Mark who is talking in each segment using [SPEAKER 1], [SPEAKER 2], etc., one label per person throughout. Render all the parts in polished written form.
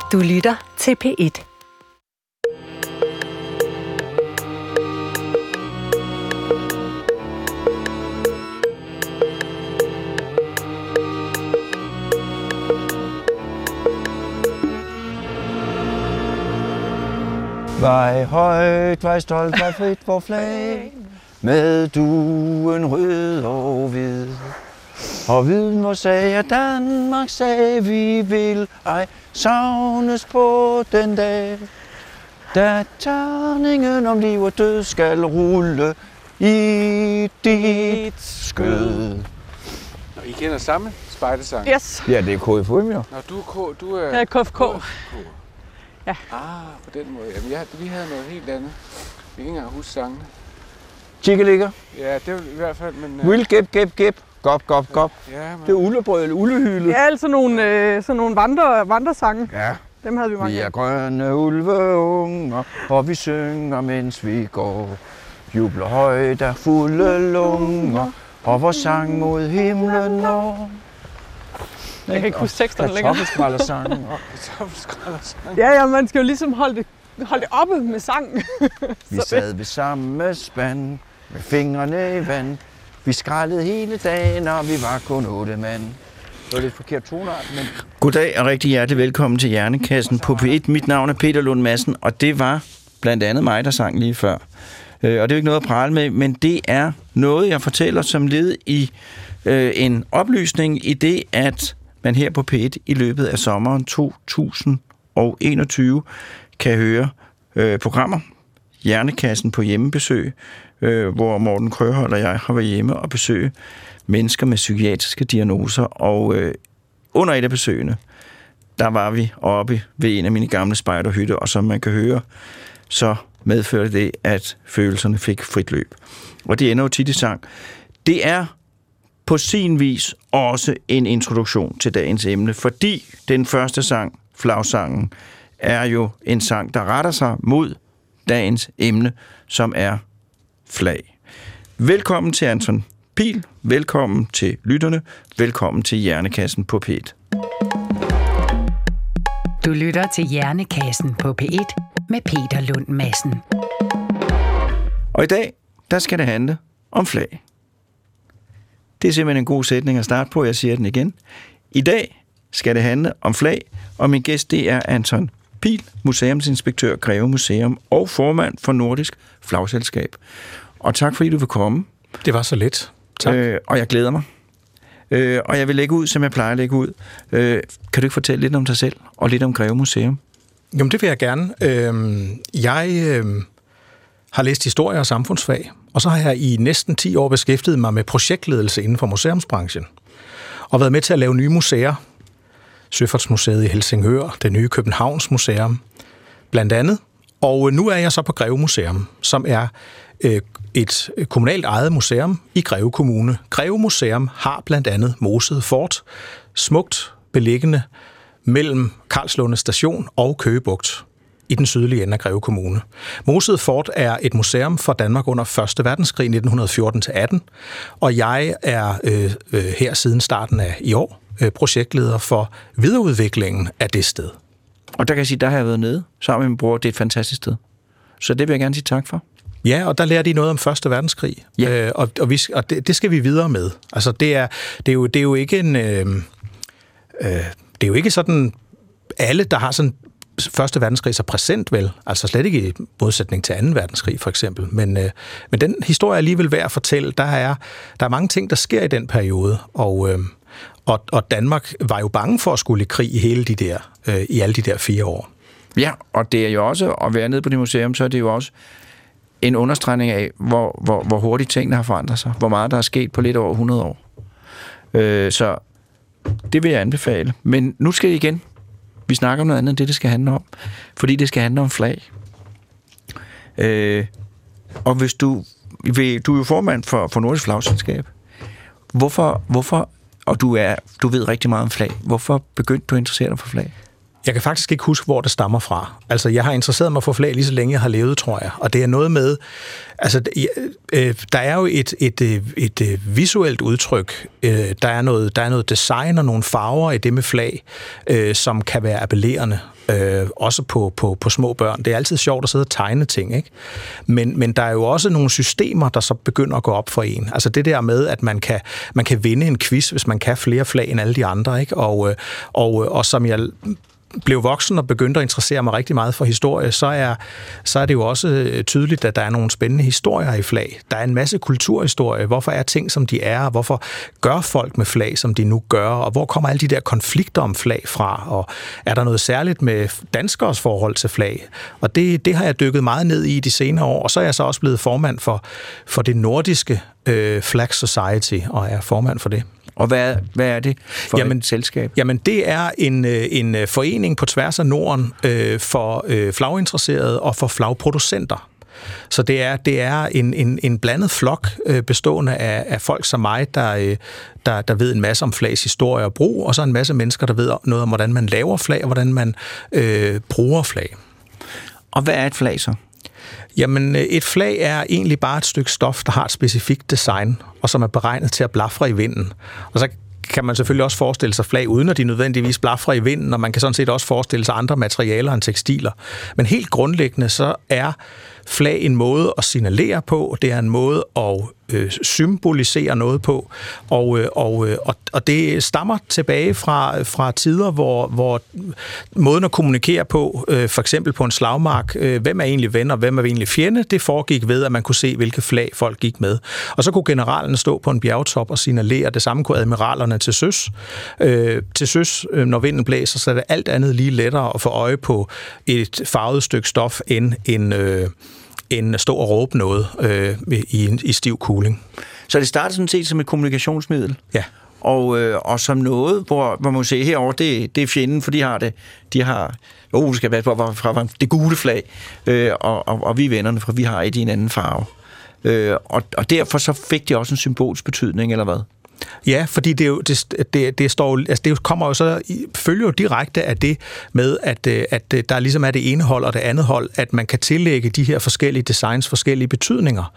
[SPEAKER 1] Du lytter til P1.
[SPEAKER 2] Vej højt, vej stolt, vej frit vor flag, med duen rød og hvid. Og viden må sige, at Danmark sagde, vi vil ej savnes på den dag, da terningen om liv og død skal rulle i dit skød.
[SPEAKER 3] Nå, I kender samme spejlesang?
[SPEAKER 4] Yes.
[SPEAKER 2] Ja, det er KFUM, jo.
[SPEAKER 3] Nå, du er...
[SPEAKER 4] Jeg er KFK. Ja.
[SPEAKER 3] På den måde. Jamen, vi havde noget helt andet. Vi kan ikke engang huske sangene.
[SPEAKER 2] Chikkelikker.
[SPEAKER 3] Ja, det er i hvert fald, men...
[SPEAKER 2] Will, gep. Gop.
[SPEAKER 3] Ja, men...
[SPEAKER 2] Det er ullebrød eller ullehylde.
[SPEAKER 4] Ja, altså sådan nogle vandresange.
[SPEAKER 2] Ja.
[SPEAKER 4] Dem havde vi mange
[SPEAKER 2] Vi er
[SPEAKER 4] af.
[SPEAKER 2] grønne ulveunger, og vi synger, mens vi går. Jubler højt af fulde lunger, og vores sang mod himlen når.
[SPEAKER 4] Jeg kan ikke huske teksterne længere.
[SPEAKER 2] Kartoffelskræller-sang.
[SPEAKER 4] Ja, man skal jo ligesom holde det oppe med sangen.
[SPEAKER 2] Vi sad ved samme spand, med fingrene i vand. Vi skrællede hele dagen, og vi var kun 8 mand. Det var lidt forkert tonart, men... Goddag og rigtig hjertelig velkommen til Hjernekassen på P1. Mit navn er Peter Lund Madsen, og det var blandt andet mig, der sang lige før. Og det er jo ikke noget at prale med, men det er noget, jeg fortæller som led i en oplysning i det, at man her på P1 i løbet af sommeren 2021 kan høre programmer. Hjernekassen på hjemmebesøg, hvor Morten Krøholt og jeg har været hjemme og besøge mennesker med psykiatriske diagnoser. Og under et af besøgene, der var vi oppe ved en af mine gamle spejderhytter, og som man kan høre, så medførte det, at følelserne fik frit løb. Og det ender jo tit i sang. Det er på sin vis også en introduktion til dagens emne, fordi den første sang, flagsangen, er jo en sang, der retter sig mod dagens emne, som er flag. Velkommen til Anton Pihl, velkommen til lytterne, velkommen til Hjernekassen på P1.
[SPEAKER 1] Du lytter til Hjernekassen på P1 med Peter Lund Madsen.
[SPEAKER 2] Og i dag, der skal det handle om flag. Det er simpelthen en god sætning at starte på, jeg siger den igen. I dag skal det handle om flag, og min gæst det er Anton Pihl, museumsinspektør, Greve Museum og formand for Nordisk Flagselskab. Og tak fordi du vil komme.
[SPEAKER 5] Det var så let. Tak.
[SPEAKER 2] Og jeg glæder mig. Og jeg vil lægge ud, som jeg plejer at lægge ud. Kan du ikke fortælle lidt om dig selv og lidt om Greve Museum?
[SPEAKER 5] Jo, det vil jeg gerne. Jeg har læst historie og samfundsfag, og så har jeg i næsten 10 år beskæftiget mig med projektledelse inden for museumsbranchen. Og været med til at lave nye museer. Søfartsmuseet i Helsingør, det nye Københavns Museum, blandt andet. Og nu er jeg så på Greve Museum, som er et kommunalt ejet museum i Greve Kommune. Greve Museum har blandt andet Mosede Fort, smukt beliggende mellem Karlslunde Station og Køge Bugt i den sydlige ende af Greve Kommune. Mosede Fort er et museum for Danmark under 1. verdenskrig 1914-18, og jeg er her siden starten af i år projektleder for videreudviklingen af det sted.
[SPEAKER 2] Og der kan jeg sige, der har jeg været nede sammen med min bror. Det er et fantastisk sted. Så det vil jeg gerne sige tak for.
[SPEAKER 5] Ja, og der lærer de noget om 1. verdenskrig,
[SPEAKER 2] ja.
[SPEAKER 5] Og det skal vi videre med. Altså det er jo ikke en det er jo ikke sådan alle der har sådan 1. verdenskrig så præsent vel, altså slet ikke i modsætning til 2. verdenskrig for eksempel, men den historie er alligevel værd at fortælle. Der er mange ting der sker i den periode, og Danmark var jo bange for at skulle i krig i alle de der 4 år.
[SPEAKER 2] Ja, og det er jo også, at være nede på det museum, så er det jo også en understregning af, hvor hurtigt tingene har forandret sig. Hvor meget der er sket på lidt over 100 år. Så det vil jeg anbefale. Men nu skal igen. Vi snakker om noget andet end det skal handle om. Fordi det skal handle om flag. Og hvis du er jo formand for Nordisk Flagselskab. Hvorfor og du ved rigtig meget om flag. Hvorfor begyndte du at interessere dig for flag?
[SPEAKER 5] Jeg kan faktisk ikke huske, hvor det stammer fra. Altså, jeg har interesseret mig for flag lige så længe jeg har levet, tror jeg. Og det er noget med... Altså, der er jo et visuelt udtryk. Der er noget design og nogle farver i det med flag, som kan være appellerende. Også på små børn. Det er altid sjovt at sidde og tegne ting, ikke? Men der er jo også nogle systemer, der så begynder at gå op for en. Altså det der med, at man kan vinde en quiz, hvis man kan flere flag end alle de andre, ikke? Og som jeg blev voksen og begyndte at interessere mig rigtig meget for historie, så er det jo også tydeligt, at der er nogle spændende historier i flag. Der er en masse kulturhistorie. Hvorfor er ting, som de er? Hvorfor gør folk med flag, som de nu gør? Og hvor kommer alle de der konflikter om flag fra? Og er der noget særligt med danskers forhold til flag? Og det har jeg dykket meget ned i de senere år, og så er jeg så også blevet formand for det nordiske Flag Society, og er formand for det.
[SPEAKER 2] Og hvad er det for et selskab?
[SPEAKER 5] Jamen, det er en forening på tværs af Norden for flaginteresserede og for flagproducenter. Så det er en blandet flok bestående af folk som mig, der ved en masse om flags historie og brug, og så en masse mennesker, der ved noget om, hvordan man laver flag, og hvordan man bruger flag.
[SPEAKER 2] Og hvad er et flag så?
[SPEAKER 5] Jamen, et flag er egentlig bare et stykke stof, der har et specifikt design, og som er beregnet til at blafre i vinden. Og så kan man selvfølgelig også forestille sig flag, uden at de nødvendigvis blafrer i vinden, og man kan sådan set også forestille sig andre materialer end tekstiler. Men helt grundlæggende, så er flag en måde at signalere på, det er en måde at symbolisere noget på, og det stammer tilbage fra tider, hvor måden at kommunikere på, for eksempel på en slagmark, hvem er egentlig ven og hvem er egentlig fjende, det foregik ved, at man kunne se, hvilke flag folk gik med. Og så kunne generalerne stå på en bjergtop og signalere, det samme kunne admiralerne til søs. Til søs, når vinden blæser, så er det alt andet lige lettere at få øje på et farvet stykke stof end at stå og råbe noget i stiv kuling.
[SPEAKER 2] Så det startede sådan set som et kommunikationsmiddel?
[SPEAKER 5] Ja.
[SPEAKER 2] Og som noget, hvor man siger, herovre, det er fjenden, for de har skal passe på, fra det gule flag, og vi er vennerne, for vi har et i en anden farve. Og derfor så fik de også en symbolsk betydning, eller hvad?
[SPEAKER 5] Ja, fordi det kommer jo så følger jo direkte af det med, at der ligesom er det ene hold og det andet hold, at man kan tillægge de her forskellige designs forskellige betydninger.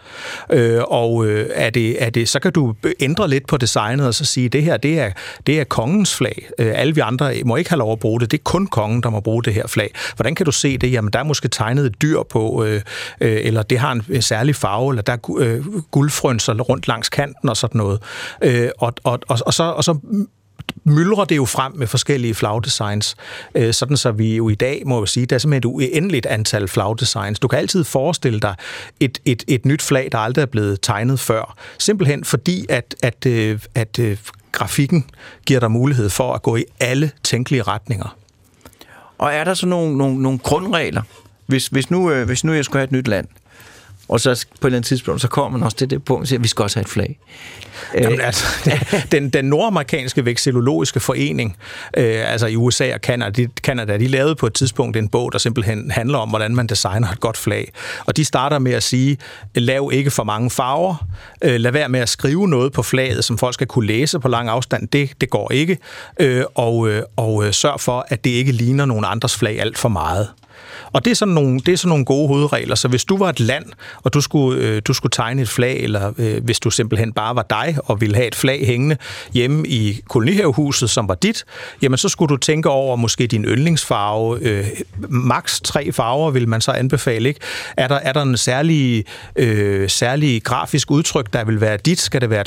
[SPEAKER 5] Så kan du ændre lidt på designet og så sige, det her, det er kongens flag. Alle vi andre må ikke have lov at bruge det. Det er kun kongen, der må bruge det her flag. Hvordan kan du se det? Jamen, der er måske tegnet et dyr på, eller det har en særlig farve, eller der er guldfrønser rundt langs kanten og sådan noget. Og så myldrer det jo frem med forskellige flagdesigns, sådan så vi jo i dag må jo sige, der er simpelthen et uendeligt antal flagdesigns. Du kan altid forestille dig et nyt flag, der aldrig er blevet tegnet før. Simpelthen fordi, at grafikken giver dig mulighed for at gå i alle tænkelige retninger.
[SPEAKER 2] Og er der så nogle grundregler? Hvis nu jeg skulle have et nyt land, og så på et eller andet tidspunkt, så kommer man også til det punkt, at vi skal også have et flag.
[SPEAKER 5] Jamen, altså, den nordamerikanske vexillologiske forening, altså i USA og Canada, de lavede på et tidspunkt en bog, der simpelthen handler om, hvordan man designer et godt flag. Og de starter med at sige, lav ikke for mange farver, lad være med at skrive noget på flaget, som folk skal kunne læse på lang afstand, det går ikke, og sørg for, at det ikke ligner nogen andres flag alt for meget. Og det er sådan nogle gode hovedregler. Så hvis du var et land, og du skulle tegne et flag, eller hvis du simpelthen bare var dig og ville have et flag hængende hjemme i kolonihavehuset, som var dit, jamen så skulle du tænke over måske din yndlingsfarve. Maks 3 farver vil man så anbefale, ikke? Er der en særlig grafisk udtryk, der vil være dit? Skal det være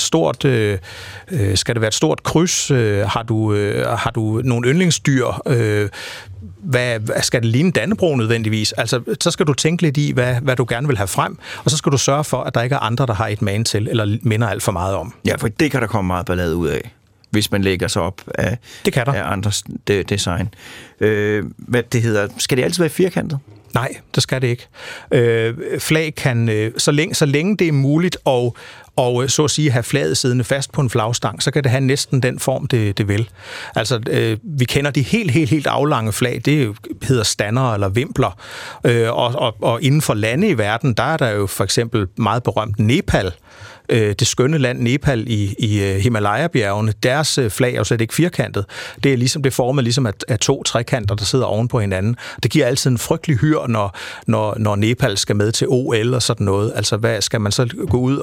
[SPEAKER 5] et stort kryds? Har du nogle yndlingsdyr? Hvad skal det ligne Dannebrog nødvendigvis? Altså, så skal du tænke lidt i, hvad du gerne vil have frem, og så skal du sørge for, at der ikke er andre, der har et man til, eller minder alt for meget om.
[SPEAKER 2] Ja, for det kan der komme meget ballade ud af, hvis man lægger sig op af andres design. Hvad det hedder, skal det altid være firkantet?
[SPEAKER 5] Nej, det skal det ikke. Flag kan, så længe det er muligt og så at sige have flaget siddende fast på en flagstang, så kan det have næsten den form, det vil. Altså, vi kender de helt aflange flag, det hedder stander eller vimpler, og inden for lande i verden, der er der jo for eksempel meget berømt Nepal, det skønne land Nepal i Himalaya-bjergene, deres flag er jo slet ikke firkantet. Det er ligesom det formet ligesom af 2 trekanter, der sidder oven på hinanden. Det giver altid en frygtelig hyr, når Nepal skal med til OL og sådan noget. Altså, hvad skal man så gå ud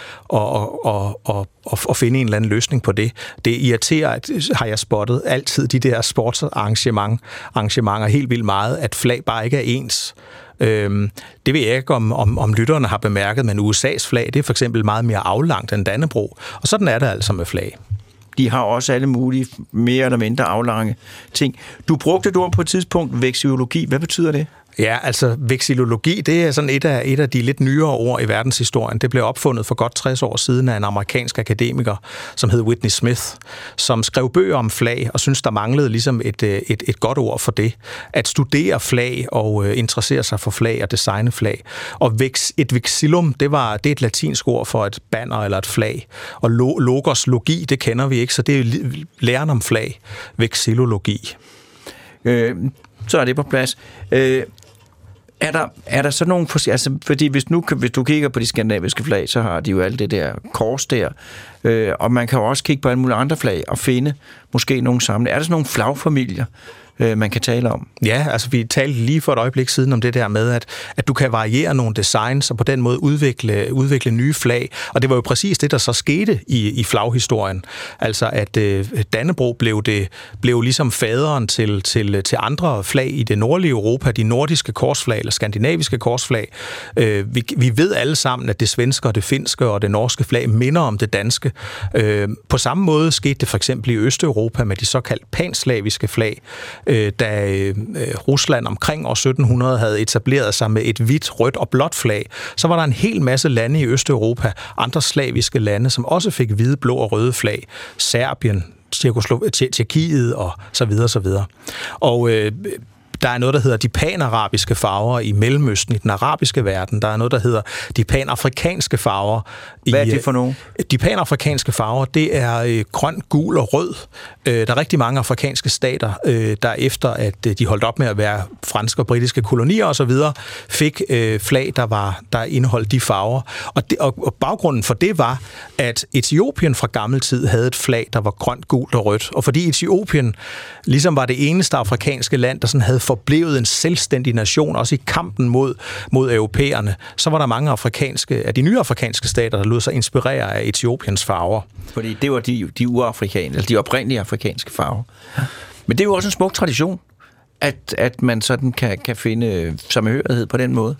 [SPEAKER 5] og finde en eller anden løsning på det? Det irriterer, at har jeg spottet altid de der sportsarrangementer helt vildt meget, at flag bare ikke er ens. Det ved jeg ikke, om lytterne har bemærket, men USA's flag, det er for eksempel meget mere aflangt end Dannebrog. Og sådan er det altså med flag.
[SPEAKER 2] De har også alle mulige mere eller mindre aflange ting. Du brugte et ord på et tidspunkt, veksillologi. Hvad betyder det?
[SPEAKER 5] Ja, altså vexillologi, det er sådan et af de lidt nyere ord i verdenshistorien. Det blev opfundet for godt 60 år siden af en amerikansk akademiker, som hed Whitney Smith, som skrev bøger om flag og synes der manglede ligesom et godt ord for det. At studere flag og interessere sig for flag og designe flag. Og et vexillum, det er et latinsk ord for et banner eller et flag. Og logos, logi, det kender vi ikke, så det er læren om flag. Vexillologi.
[SPEAKER 2] Så er det på plads. Er der så nogle... Altså, fordi hvis du kigger på de skandinaviske flag, så har de jo alt det der kors der, og man kan jo også kigge på alle mulige andre flag og finde måske nogle samle. Er der sådan nogle flagfamilier, man kan tale om? Ja,
[SPEAKER 5] altså vi talte lige for et øjeblik siden om det der med, at du kan variere nogle designs og på den måde udvikle nye flag. Og det var jo præcis det, der så skete i flaghistorien. Altså at Dannebrog blev ligesom faderen til andre flag i det nordlige Europa, de nordiske korsflag eller skandinaviske korsflag. Vi ved alle sammen, at det svenske og det finske og det norske flag minder om det danske. På samme måde skete det for eksempel i Østeuropa med de såkaldt panslaviske flag, da Rusland omkring år 1700 havde etableret sig med et hvidt, rødt og blåt flag, så var der en hel masse lande i Østeuropa, andre slaviske lande, som også fik hvide, blå og røde flag. Serbien, Tjekkiet og så videre, så videre. Og der er noget, der hedder de panarabiske farver i Mellemøsten, i den arabiske verden. Der er noget, der hedder de panafrikanske farver.
[SPEAKER 2] Hvad er det for nogle?
[SPEAKER 5] De panafrikanske farver, det er grøn, gul og rød. Der er rigtig mange afrikanske stater, der efter at de holdt op med at være franske og britiske kolonier osv., fik flag, der indeholdt de farver. Og baggrunden for det var, at Etiopien fra gammel tid havde et flag, der var grønt, gult og rødt. Og fordi Etiopien ligesom var det eneste afrikanske land, der sådan havde forblevet en selvstændig nation, også i kampen mod europæerne, så var der mange af de nye afrikanske stater, der lod sig inspirere af Etiopiens farver.
[SPEAKER 2] Fordi det var de urafrikanske, eller de oprindelige afrikanske farver. Men det er jo også en smuk tradition, at man sådan kan finde samhørighed på den måde.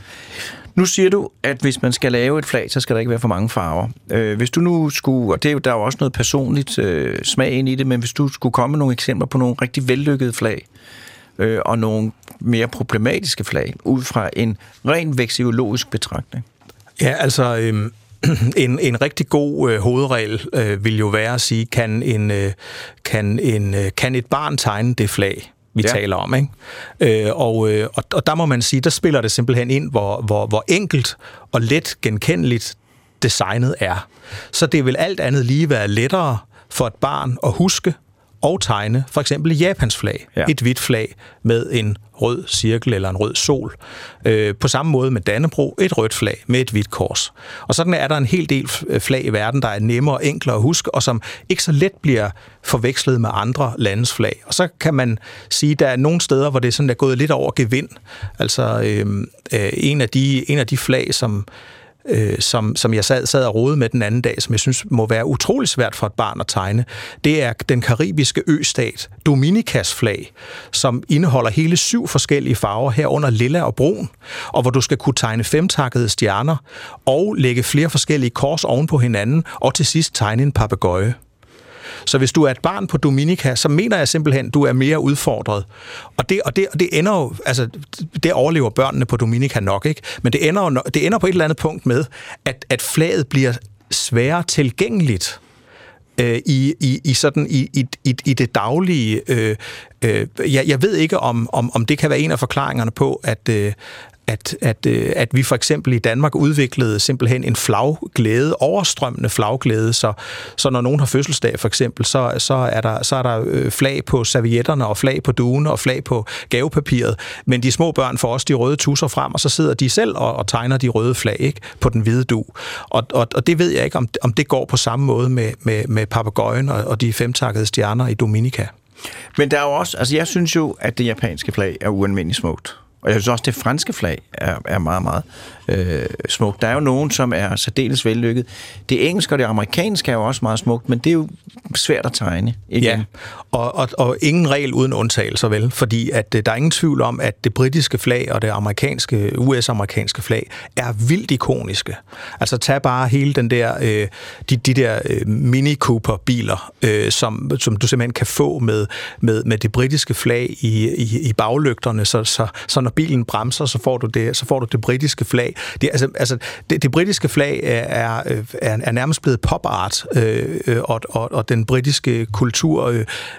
[SPEAKER 2] Nu siger du, at hvis man skal lave et flag, så skal der ikke være for mange farver. Hvis du nu skulle, og der er jo også noget personligt smag ind i det, men hvis du skulle komme med nogle eksempler på nogle rigtig vellykkede flag, og nogle mere problematiske flag, ud fra en ren vexillologisk betragtning.
[SPEAKER 5] Ja, altså en rigtig god hovedregel vil jo være at sige, kan et barn tegne det flag, vi taler om, ikke? Og der må man sige, der spiller det simpelthen ind, hvor enkelt og let genkendeligt designet er. Så det vil alt andet lige være lettere for et barn at huske og tegne for eksempel Japans flag. Ja. Et hvidt flag med en rød cirkel eller en rød sol. På samme måde med Dannebrog, et rødt flag med et hvidt kors. Og sådan er der en hel del flag i verden, der er nemmere og enklere at huske, og som ikke så let bliver forvekslet med andre landes flag. Og så kan man sige, at der er nogle steder, hvor det sådan er gået lidt over gevind. Altså en af de flag, som jeg sad og rodede med den anden dag, som jeg synes må være utrolig svært for et barn at tegne, det er den karibiske østat Dominicas flag, som indeholder hele 7 forskellige farver, herunder lilla og brun, og hvor du skal kunne tegne 5-takkede stjerner og lægge flere forskellige kors oven på hinanden, og til sidst tegne en papegøje. Så hvis du er et barn på Dominica, så mener jeg simpelthen, du er mere udfordret. Og det ender jo, altså det overlever børnene på Dominica nok, ikke? Men det ender på et eller andet punkt med, at flaget bliver sværere tilgængeligt i det daglige. Jeg ved ikke, om det kan være en af forklaringerne på, at vi for eksempel i Danmark udviklede simpelthen en flagglæde, overstrømmende flagglæde, så når nogen har fødselsdag for eksempel, så er der flag på servietterne og flag på duene og flag på gavepapiret, men de små børn får også de røde tusser frem, og så sidder de selv og tegner de røde flag, ikke, på den hvide dug. Og det ved jeg ikke, om det går på samme måde med papegøjen og de femtakkede stjerner i Dominica.
[SPEAKER 2] Men der er jo også, altså jeg synes jo, at det japanske flag er ualmindeligt smukt. Og jeg synes også, at det franske flag er meget, meget smukt. Der er jo nogen, som er særdeles vellykket. Det engelske og det amerikanske er jo også meget smukt, men det er jo svært at tegne. Igen.
[SPEAKER 5] Ja, og ingen regel uden undtagelser, vel? Fordi at der er ingen tvivl om, at det britiske flag og det US-amerikanske flag er vildt ikoniske. Altså tag bare hele den der, de der Mini Cooper-biler, som du simpelthen kan få med det britiske flag i baglygterne, så når bilen bremser, så får du det britiske flag. Det britiske flag er nærmest blevet pop art, og den britiske kultur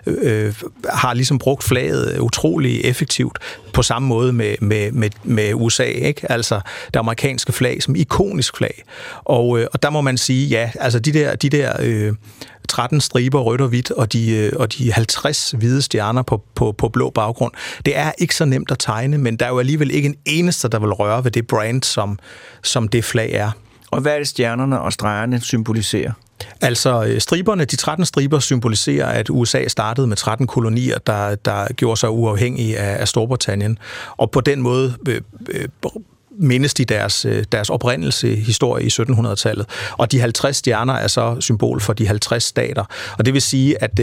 [SPEAKER 5] har ligesom brugt flaget utrolig effektivt på samme måde med USA, ikke? Altså det amerikanske flag som ikonisk flag. Og der må man sige, ja, altså de der 13 striber rødt og hvidt, og de 50 hvide stjerner på blå baggrund. Det er ikke så nemt at tegne, men der er jo alligevel ikke en eneste, der vil røre ved det brand, som det flag er.
[SPEAKER 2] Og hvad er det stjernerne og stregerne symboliserer?
[SPEAKER 5] Altså striberne, de 13 striber symboliserer, at USA startede med 13 kolonier, der gjorde sig uafhængige af Storbritannien. Og på den måde mindes de deres oprindelseshistorie i 1700-tallet. Og de 50 stjerner er så symbol for de 50 stater. Og det vil sige, at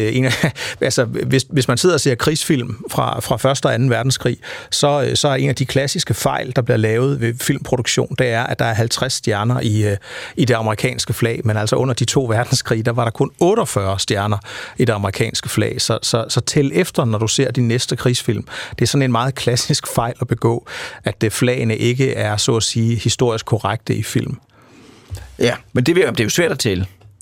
[SPEAKER 5] hvis man sidder og ser krigsfilm fra 1. og 2. verdenskrig, så er en af de klassiske fejl, der bliver lavet ved filmproduktion, det er, at der er 50 stjerner i det amerikanske flag. Men altså under de 2 verdenskrige, der var der kun 48 stjerner i det amerikanske flag. Så tæl efter, når du ser din næste krigsfilm. Det er sådan en meget klassisk fejl at begå, at flagene ikke er så at sige historisk korrekte i film.
[SPEAKER 2] Ja, men det er jo svært at tælle.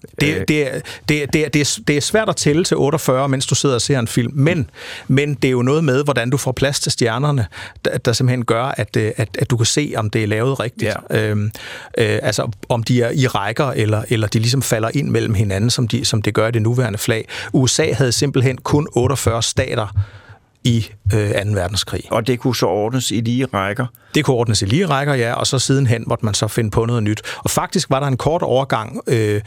[SPEAKER 5] Det er svært at tælle til 48, mens du sidder og ser en film, men det er jo noget med, hvordan du får plads til stjernerne, der simpelthen gør, at du kan se, om det er lavet rigtigt. Ja. Altså, om de er i rækker, eller de ligesom falder ind mellem hinanden, som det gør i det nuværende flag. USA havde simpelthen kun 48 stater i 2. verdenskrig. Og
[SPEAKER 2] det kunne så ordnes i lige rækker?
[SPEAKER 5] Det kunne ordnes i lige rækker, ja, og så sidenhen måtte man så finde på noget nyt. Og faktisk var der en kort overgang,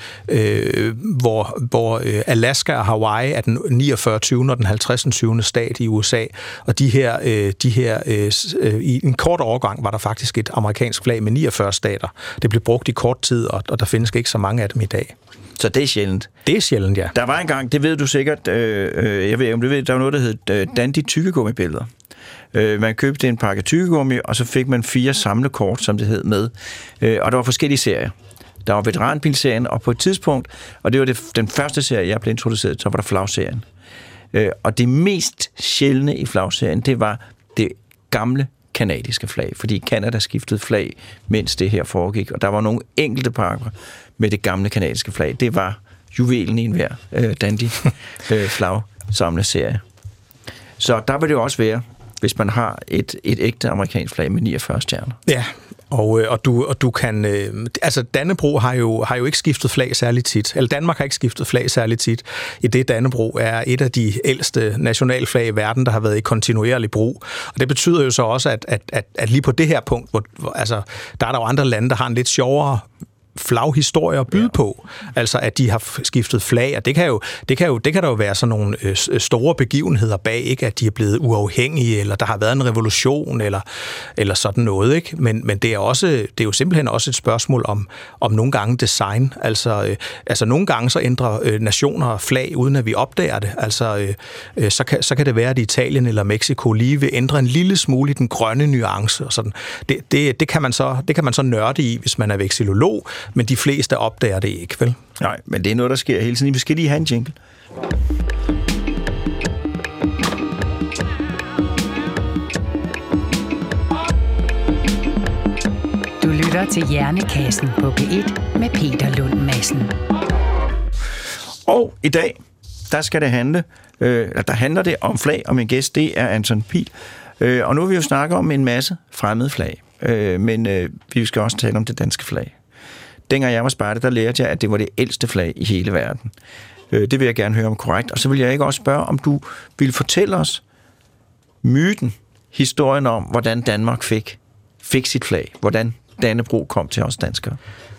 [SPEAKER 5] hvor Alaska og Hawaii er den 49. 20. og den 50. 20. stat i USA, og de her i en kort overgang var der faktisk et amerikansk flag med 49 stater. Det blev brugt i kort tid, og der findes ikke så mange af dem i dag.
[SPEAKER 2] Så det er sjældent?
[SPEAKER 5] Det er sjældent, ja.
[SPEAKER 2] Der var engang, det ved du sikkert, jeg ved ikke om du ved, der var noget, der hed Dandy tykkegummi-billeder. Man købte en pakke tykkegummi, og så fik man 4 samlekort, som det hed, med. Og der var forskellige serier. Der var veteranbilserien, og på et tidspunkt, og det var den første serie, jeg blev introduceret, så var der flagserien. Og det mest sjældne i flagserien, det var det gamle kanadiske flag, fordi Canada skiftede flag, mens det her foregik, og der var nogle enkelte pakker med det gamle kanadiske flag. Det var juvelen i enhver dandy flagsamleserie. Så der vil det jo også være, hvis man har et ægte amerikansk flag med 49 stjerner.
[SPEAKER 5] Ja, og du kan... altså, Dannebrog har jo ikke skiftet flag særligt tit. Eller Danmark har ikke skiftet flag særligt tit. I det Dannebrog er et af de ældste nationalflag i verden, der har været i kontinuerlig brug. Og det betyder jo så også, at lige på det her punkt, hvor altså, der er der jo andre lande, der har en lidt sjovere flaghistorier at byde på. Altså, at de har skiftet flag, og det kan der jo være sådan nogle store begivenheder bag, ikke? At de er blevet uafhængige, eller der har været en revolution, eller sådan noget, ikke? Men det er jo simpelthen også et spørgsmål om nogle gange design. Altså nogle gange så ændrer nationer flag, uden at vi opdager det. Altså, så kan det være, at Italien eller Mexico lige vil ændre en lille smule i den grønne nuance, og sådan. Det kan man så nørde i, hvis man er vexillolog, men de fleste opdager det ikke, vel?
[SPEAKER 2] Nej, men det er noget, der sker hele tiden. Vi skal lige have en jingle.
[SPEAKER 1] Du lytter til Hjernekassen på P1 med Peter Lund Madsen.
[SPEAKER 2] Og i dag, der handler det om flag, og min gæst, det er Anton Pihl. Og nu vil vi jo snakke om en masse fremmede flag. men vi skal også tale om det danske flag. Dengang jeg var spejder, der lærte jeg, at det var det ældste flag i hele verden. Det vil jeg gerne høre om korrekt. Og så vil jeg ikke også spørge, om du vil fortælle os myten, historien om, hvordan Danmark fik sit flag. Hvordan Dannebrog kom til os danskere.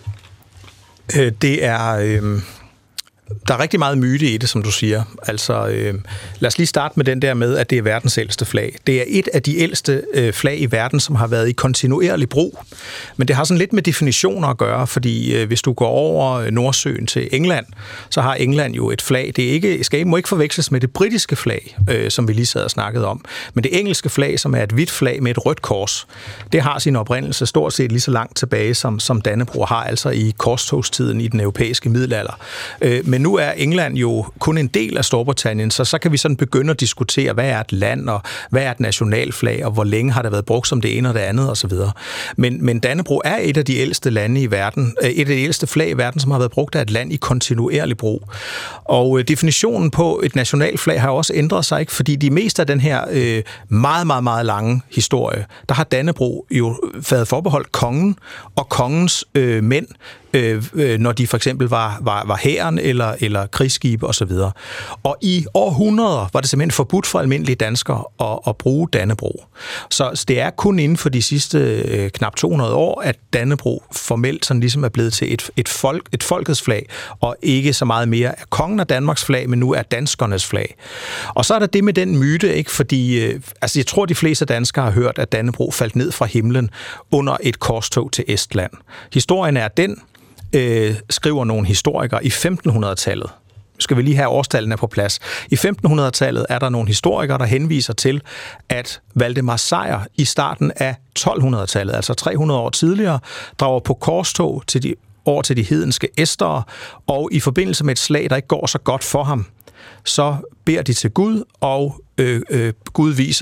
[SPEAKER 5] Det er... Der er rigtig meget myte i det, som du siger. Altså, lad os lige starte med den der med, at det er verdens ældste flag. Det er et af de ældste flag i verden, som har været i kontinuerlig brug. Men det har sådan lidt med definitioner at gøre, fordi hvis du går over Nordsøen til England, så har England jo et flag. Det må ikke forveksles med det britiske flag, som vi lige sad og snakkede om. Men det engelske flag, som er et hvidt flag med et rødt kors, det har sin oprindelse stort set lige så langt tilbage, som Dannebrog har, altså i korstogstiden i den europæiske middelalder. Men nu er England jo kun en del af Storbritannien, så kan vi sådan begynde at diskutere, hvad er et land, og hvad er et nationalflag, og hvor længe har det været brugt som det ene og det andet, osv. Men Dannebrog er et af de ældste lande i verden, et af de ældste flag i verden, som har været brugt af et land i kontinuerlig brug. Og definitionen på et nationalflag har også ændret sig, ikke? Fordi de meste af den her meget, meget, meget lange historie, der har Dannebrog jo været forbeholdt kongen og kongens mænd, når de for eksempel var hæren eller krigsskibe osv. Og i århundreder var det simpelthen forbudt for almindelige danskere at bruge Dannebrog. Så det er kun inden for de sidste knap 200 år, at Dannebrog formelt sådan ligesom er blevet til et folkets flag, og ikke så meget mere af kongen af Danmarks flag, men nu er danskernes flag. Og så er der det med den myte, ikke? Fordi jeg tror, de fleste danskere har hørt, at Dannebrog faldt ned fra himlen under et korstog til Estland. Historien er den, skriver nogle historikere i 1500-tallet. Nu skal vi lige have årstallene på plads. I 1500-tallet er der nogle historikere, der henviser til, at Valdemar Sejr i starten af 1200-tallet, altså 300 år tidligere, drager på korstog over til de hedenske estere, og i forbindelse med et slag, der ikke går så godt for ham, så beder de til Gud, og Gud viser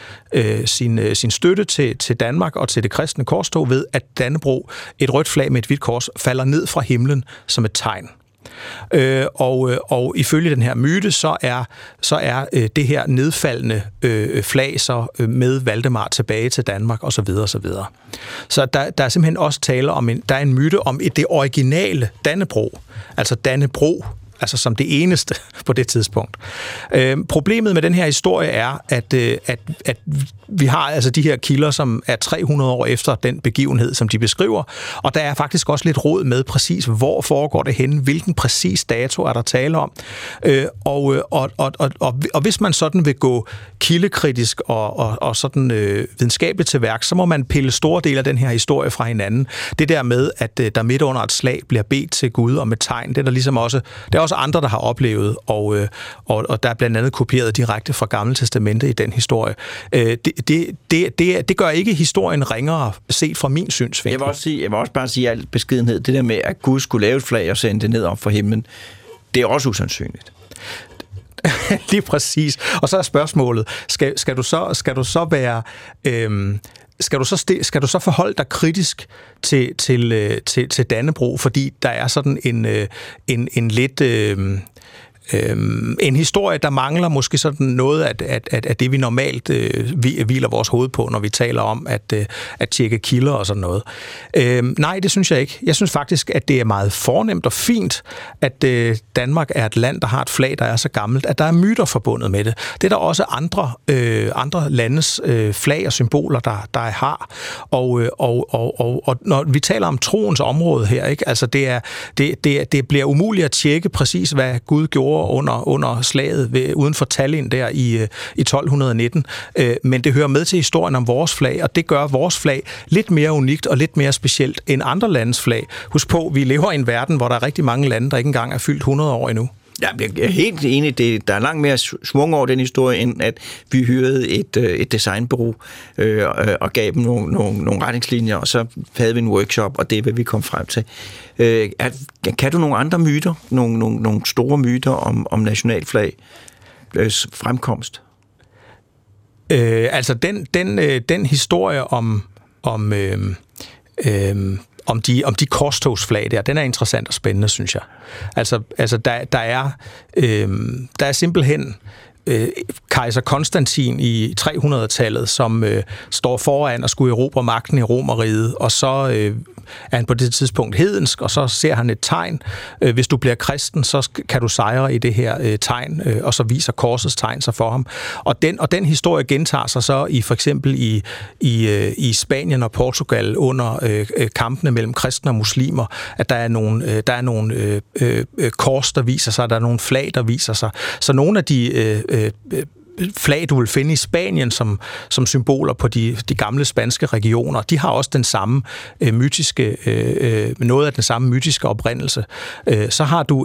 [SPEAKER 5] sin støtte til Danmark og til det kristne korstog ved, at Dannebrog, et rødt flag med et hvidt kors, falder ned fra himlen som et tegn. Og ifølge den her myte, så er det her nedfaldende flag så med Valdemar tilbage til Danmark, osv. osv. Så der er simpelthen også tale om der er en myte om det originale Dannebrog, altså Dannebrog, altså som det eneste på det tidspunkt. Problemet med den her historie er, at vi har altså de her kilder, som er 300 år efter den begivenhed, som de beskriver, og der er faktisk også lidt råd med præcis, hvor foregår det henne, hvilken præcis dato er der tale om. Og hvis man sådan vil gå kildekritisk og sådan videnskabeligt til værk, så må man pille store dele af den her historie fra hinanden. Det der med, at der midt under et slag bliver bedt til Gud om et tegn, det er der ligesom også, det er også andre, der har oplevet, og der er blandt andet kopieret direkte fra Gamle Testamente i den historie. Det gør ikke historien ringere set fra min synsvinkel.
[SPEAKER 2] Jeg vil også bare sige al beskedenhed, det der med, at Gud skulle lave et flag og sende det ned op for himlen, det er også usandsynligt.
[SPEAKER 5] Lige præcis. Og så er spørgsmålet, skal du så forholde dig kritisk til Dannebrog, fordi der er sådan en lidt en historie, der mangler måske sådan noget af det, vi normalt hviler vores hoved på, når vi taler om at tjekke kilder og sådan noget. Nej, det synes jeg ikke. Jeg synes faktisk, at det er meget fornemt og fint, at Danmark er et land, der har et flag, der er så gammelt, at der er myter forbundet med det. Det er der også andre landes flag og symboler, der har. Og når vi taler om troens område her, ikke? Altså det bliver umuligt at tjekke præcis, hvad Gud gjorde under slaget uden for Tallinn der i 1219. Men det hører med til historien om vores flag, og det gør vores flag lidt mere unikt og lidt mere specielt end andre landes flag. Husk på, vi lever i en verden, hvor der er rigtig mange lande, der ikke engang er fyldt 100 år endnu.
[SPEAKER 2] Ja, jeg er helt enig. Der er langt mere svung over den historie, end at vi hyrede et designbureau og gav dem nogle retningslinjer, og så havde vi en workshop, og det er, hvad vi kom frem til. Kan du nogle andre myter, nogle store myter om nationalflag fremkomst?
[SPEAKER 5] Altså den historie om de korstogsflag der, den er interessant og spændende, synes jeg. Altså der er simpelthen kejser Konstantin i 300-tallet, som står foran og skulle erobre magten i Romerriget, og så er han på det tidspunkt hedensk, og så ser han et tegn. Hvis du bliver kristen, så kan du sejre i det her tegn, og så viser korsets tegn sig for ham. Og den historie gentager sig så for eksempel i Spanien og Portugal under kampene mellem kristne og muslimer, at der er nogle kors, der viser sig, der er nogle flag, der viser sig. Så nogle af de flag, du vil finde i Spanien som symboler på de gamle spanske regioner, de har også den samme noget af den samme mytiske oprindelse. Så har du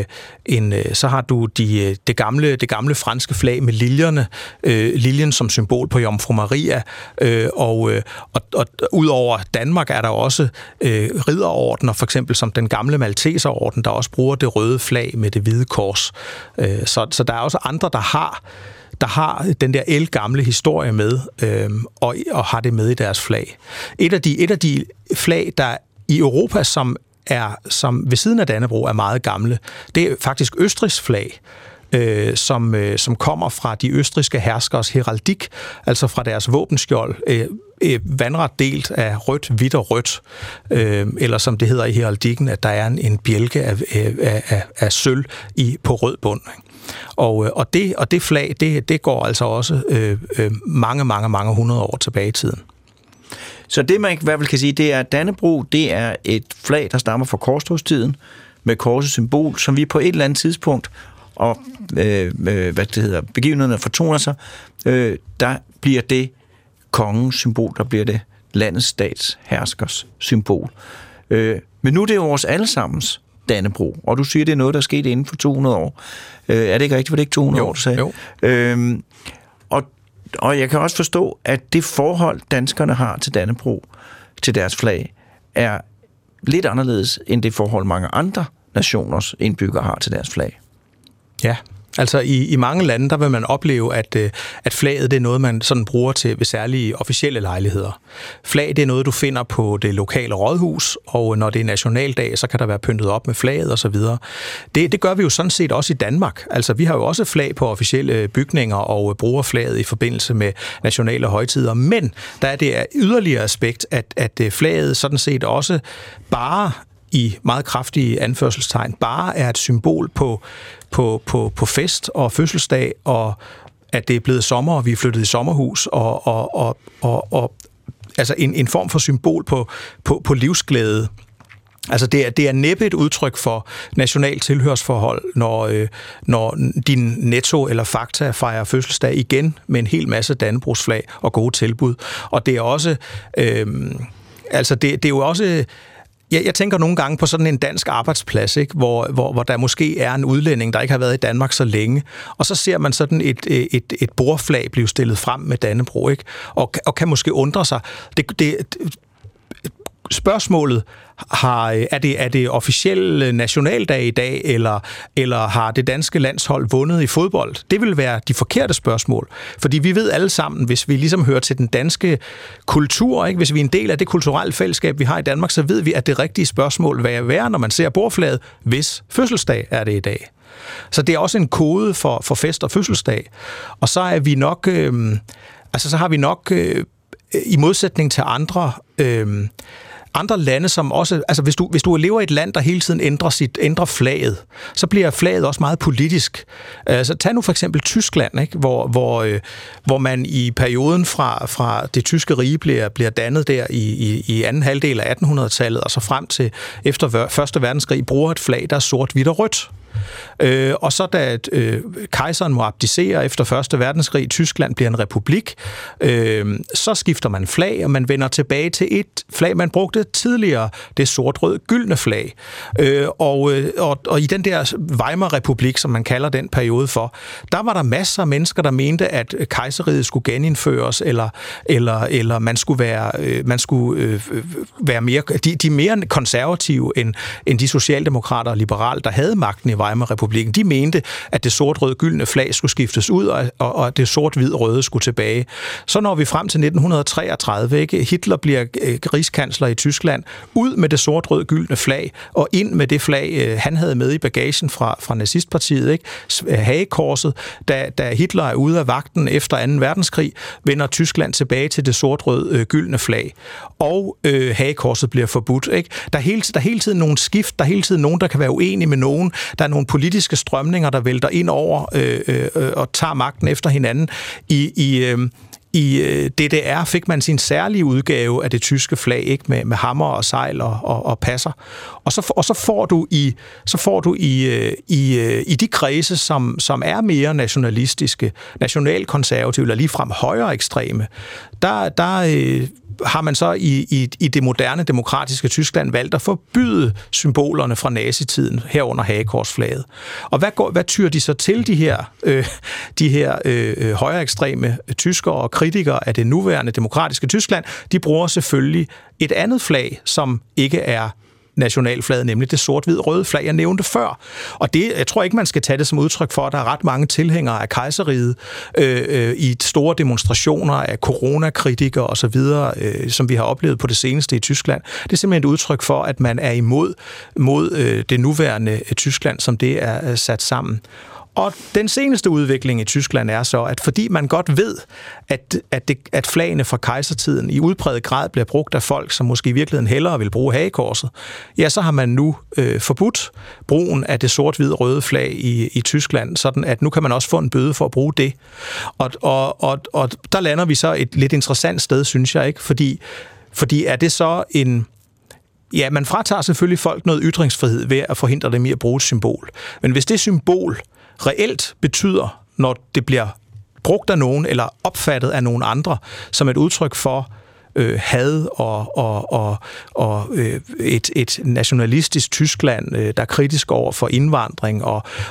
[SPEAKER 5] det gamle franske flag med liljerne, liljen som symbol på Jomfru Maria, og udover Danmark er der også ridderordener, for eksempel som den gamle Malteserorden, der også bruger det røde flag med det hvide kors. Så der er også andre, der har den der ældgamle historie med, og har det med i deres flag. Et af de flag, der i Europa, som ved siden af Dannebrog er meget gamle, det er faktisk Østrigs flag, som kommer fra de østrigske herskers heraldik, altså fra deres våbenskjold, vandret delt af rødt, hvidt og rødt, eller som det hedder i heraldikken, at der er en bjælke af sølv på rød bund. Og det flag, det går altså også mange hundrede år tilbage i tiden.
[SPEAKER 2] Så det, man i hvert fald kan sige, det er, at Dannebrog, det er et flag, der stammer fra korstogstiden, med korsets symbol, som vi på et eller andet tidspunkt, og begivenhederne fortoner sig, der bliver det kongens symbol, der bliver det landets statsherskers symbol. Men nu er det jo vores allesammens Dannebrog, og du siger, det er noget, der er sket inden for 200 år. Er det ikke rigtigt? Var det ikke 200 år, du sagde?
[SPEAKER 5] Jo.
[SPEAKER 2] Og jeg kan også forstå, at det forhold, danskerne har til Dannebrog, til deres flag, er lidt anderledes end det forhold, mange andre nationers indbyggere har til deres flag.
[SPEAKER 5] Ja, altså i mange lande, der vil man opleve, at flaget det er noget, man sådan bruger til ved særlige officielle lejligheder. Flag det er noget, du finder på det lokale rådhus, og når det er nationaldag, så kan der være pyntet op med flaget osv. Det gør vi jo sådan set også i Danmark. Altså vi har jo også flag på officielle bygninger og bruger flaget i forbindelse med nationale højtider, men der er det yderligere aspekt, at flaget sådan set også bare i meget kraftige anførselstegn, bare er et symbol på fest og fødselsdag, og at det er blevet sommer, og vi er flyttet i sommerhus, og altså en form for symbol på livsglæde. Altså det er næppe et udtryk for national tilhørsforhold, når din Netto eller Fakta fejrer fødselsdag igen med en hel masse dannebrogsflag og gode tilbud. Og det er også, det er jo også. Jeg tænker nogle gange på sådan en dansk arbejdsplads, ikke? Hvor der måske er en udlænding, der ikke har været i Danmark så længe, og så ser man sådan et bordflag blive stillet frem med Dannebrog, ikke? Og kan måske undre sig. Spørgsmålet er det officiel nationaldag i dag, eller har det danske landshold vundet i fodbold? Det vil være de forkerte spørgsmål. Fordi vi ved alle sammen, hvis vi ligesom hører til den danske kultur, ikke? Hvis vi er en del af det kulturelle fællesskab, vi har i Danmark, så ved vi, at det rigtige spørgsmål vil være, når man ser bordflaget, hvis fødselsdag er det i dag. Så det er også en kode for fest og fødselsdag. Og så er vi nok, i modsætning til andre lande, som også, altså hvis du lever i et land, der hele tiden ændrer flaget, så bliver flaget også meget politisk. Så tag nu for eksempel Tyskland, ikke? Hvor man i perioden fra det tyske rige bliver dannet der i anden halvdel af 1800-tallet, og så frem til efter Første Verdenskrig, bruger et flag, der er sort, hvidt og rødt. Og så da kejseren må abdicere efter Første Verdenskrig, Tyskland bliver en republik, så skifter man flag, og man vender tilbage til et flag, man brugte tidligere, det sort-rød-gyldne flag. Og i den der Weimar-republik, som man kalder den periode for, der var der masser af mennesker, der mente, at kejseriet skulle genindføres, eller man skulle være mere, de mere konservative end de socialdemokrater og liberale, der havde magten i Weimar-republikken. De mente, at det sort-rød-gyldne flag skulle skiftes ud, og det sort-hvid-røde skulle tilbage. Så når vi frem til 1933, ikke? Hitler bliver rigskansler i Tyskland, ud med det sort-rød-gyldne flag, og ind med det flag, han havde med i bagagen fra nazistpartiet, ikke? Hagekorset. Da Hitler er ude af vagten efter 2. verdenskrig, vender Tyskland tilbage til det sort-rød-gyldne flag, og hagekorset bliver forbudt. Ikke? Der er hele tiden nogle skift, der er hele tiden nogen, der kan være uenige med nogen, der er nogle politiske strømninger, der vælter ind over og tager magten efter hinanden. I DDR fik man sin særlige udgave af det tyske flag, ikke, med hammer og sejl og passer. Og så får du i de kredse, som er mere nationalistiske, nationalkonservative eller ligefrem højere ekstreme, der har man så i det moderne demokratiske Tyskland valgt at forbyde symbolerne fra nazitiden, herunder hagekorsflaget. Og hvad tyr de så til, de her højere ekstreme tyskere og kritikere af det nuværende demokratiske Tyskland? De bruger selvfølgelig et andet flag, som ikke er nationalflaget, nemlig det sort-hvid-røde flag, jeg nævnte før. Og jeg tror ikke, man skal tage det som udtryk for, at der er ret mange tilhængere af kejseriget i store demonstrationer af coronakritikere osv., som vi har oplevet på det seneste i Tyskland. Det er simpelthen et udtryk for, at man er imod det nuværende Tyskland, som det er sat sammen. Og den seneste udvikling i Tyskland er så, at fordi man godt ved, at flagene fra kejsertiden i udpræget grad bliver brugt af folk, som måske i virkeligheden hellere vil bruge hagekorset, ja, så har man nu forbudt brugen af det sort-hvid-røde flag i Tyskland, sådan at nu kan man også få en bøde for at bruge det. Og der lander vi så et lidt interessant sted, synes jeg, ikke? Fordi er det så en... Ja, man fratager selvfølgelig folk noget ytringsfrihed ved at forhindre dem i at bruge et symbol. Men hvis det symbol reelt betyder, når det bliver brugt af nogen eller opfattet af nogen andre, som et udtryk for had og et nationalistisk Tyskland, der er kritisk over for indvandring,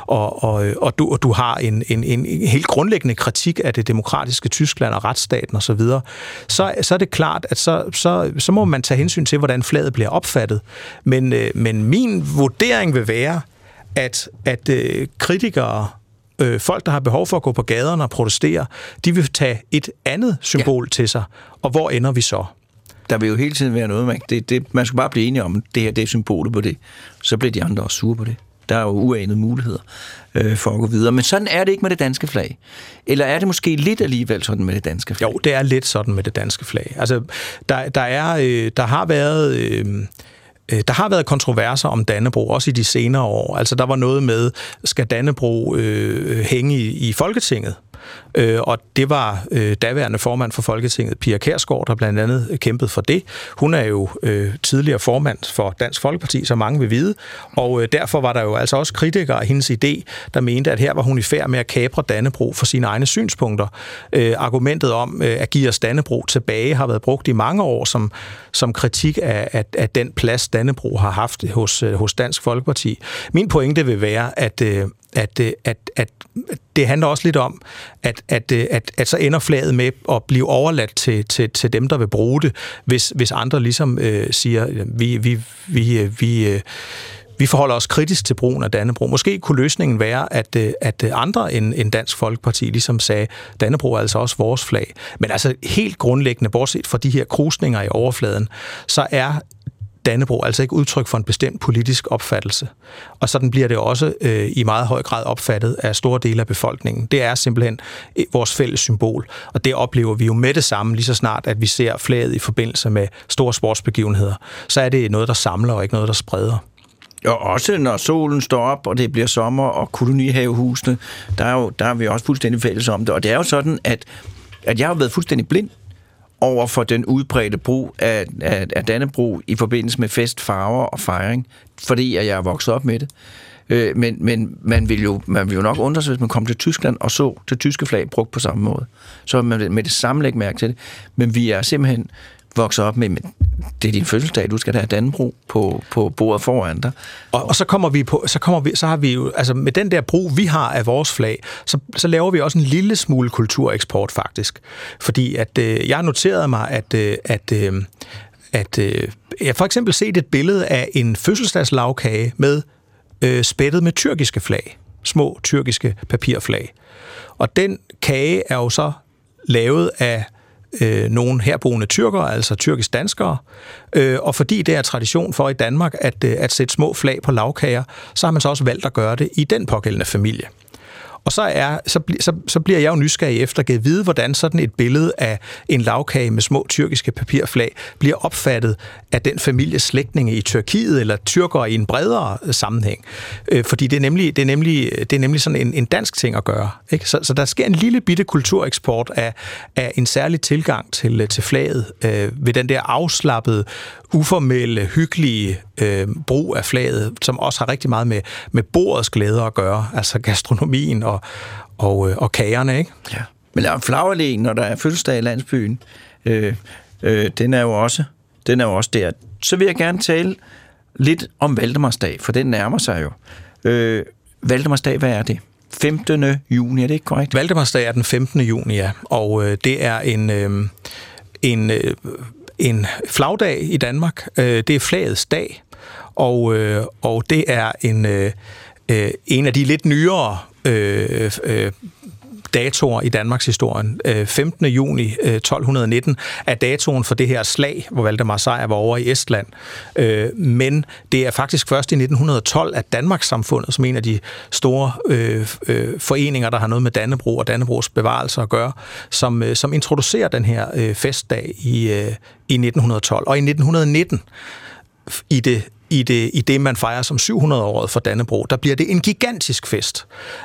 [SPEAKER 5] og du har en helt grundlæggende kritik af det demokratiske Tyskland og retsstaten osv., så er det klart, at så må man tage hensyn til, hvordan flaget bliver opfattet. Men min vurdering vil være, at kritikere, folk, der har behov for at gå på gaderne og protestere, de vil tage et andet symbol til sig. Og hvor ender vi så?
[SPEAKER 2] Der vil jo hele tiden være noget, man skal bare blive enige om, det her det er symbolet på det. Så bliver de andre også sure på det. Der er jo uanede muligheder for at gå videre. Men sådan er det ikke med det danske flag. Eller er det måske lidt alligevel sådan med det danske flag?
[SPEAKER 5] Jo, det er lidt sådan med det danske flag. Altså, der har været kontroverser om Dannebrog, også i de senere år. Altså, der var noget med, skal Dannebrog hænge i Folketinget? Og det var daværende formand for Folketinget, Pia Kjærsgaard, der blandt andet kæmpede for det. Hun er jo tidligere formand for Dansk Folkeparti, som mange vil vide, og derfor var der jo altså også kritikere af hendes idé, der mente, at her var hun i færd med at kapre Dannebrog for sine egne synspunkter. Argumentet om at give os Dannebrog tilbage har været brugt i mange år som kritik af den plads, Dannebrog har haft hos Dansk Folkeparti. Min pointe vil være, at det handler også lidt om, at så ender flaget med at blive overladt til dem, der vil bruge det, hvis andre ligesom siger, vi forholder os kritisk til brugen af Dannebrog. Måske kunne løsningen være, at andre end Dansk Folkeparti ligesom sagde, Dannebrog er altså også vores flag. Men altså helt grundlæggende, bortset fra de her krusninger i overfladen, så er Dannebrog altså ikke udtryk for en bestemt politisk opfattelse. Og sådan bliver det også i meget høj grad opfattet af store dele af befolkningen. Det er simpelthen vores fælles symbol, og det oplever vi jo med det samme, lige så snart, at vi ser flaget i forbindelse med store sportsbegivenheder. Så er det noget, der samler, og ikke noget, der spreder.
[SPEAKER 2] Og også når solen står op, og det bliver sommer, og kolonihavehusene, der er vi også fuldstændig fælles om det. Og det er jo sådan, at jeg har været fuldstændig blind over for den udbredte brug af Dannebrog i forbindelse med fest, farver og fejring, fordi jeg er vokset op med det. Men man vil jo nok undre sig, hvis man kom til Tyskland og så det tyske flag brugt på samme måde. Så man med det samme lægge mærke til det. Men vi er simpelthen vokset op med, det er din fødselsdag, du skal da have Dannebrog på bordet foran dig.
[SPEAKER 5] Og så har vi jo, altså med den der brug, vi har af vores flag, så laver vi også en lille smule kultureksport faktisk. Fordi at jeg noterede mig, at jeg for eksempel set et billede af en fødselsdagslagkage med spættet med tyrkiske flag. Små tyrkiske papirflag. Og den kage er jo så lavet af nogle herboende tyrkere, altså tyrkisk danskere, og fordi det er tradition for i Danmark at sætte små flag på lagkager, så har man så også valgt at gøre det i den pågældende familie. Og så bliver jeg jo nysgerrig efter at vide, hvordan sådan et billede af en lagkage med små tyrkiske papirflag bliver opfattet af den families slægtninge i Tyrkiet eller tyrkere i en bredere sammenhæng. Fordi det er nemlig sådan en dansk ting at gøre. Ikke? Så der sker en lille bitte kultureksport af en særlig tilgang til flaget ved den der afslappede, uformelle, hyggelige brug af flaget, som også har rigtig meget med bordets glæder at gøre, altså gastronomien og kagerne, ikke? Ja.
[SPEAKER 2] Men der er flagrelæen, når der er fødselsdag i landsbyen, den er jo også der. Så vil jeg gerne tale lidt om Valdemarsdag, for den nærmer sig jo. Valdemarsdag, hvad er det? 15. juni, er det ikke korrekt?
[SPEAKER 5] Valdemarsdag er den 15. juni, ja, og det er en flagdag i Danmark. Det er flagets dag, og det er en af de lidt nyere datoer i Danmarks historien. 15. juni 1219 er datoen for det her slag, hvor Valdemar Sejr var over i Estland. Men det er faktisk først i 1912, at Danmarkssamfundet, som en af de store foreninger, der har noget med Dannebrog og Dannebrogs bevarelse at gøre, som introducerer den her festdag i 1912. Og i 1919, i det, man fejrer som 700-året for Dannebrog, der bliver det en gigantisk fest.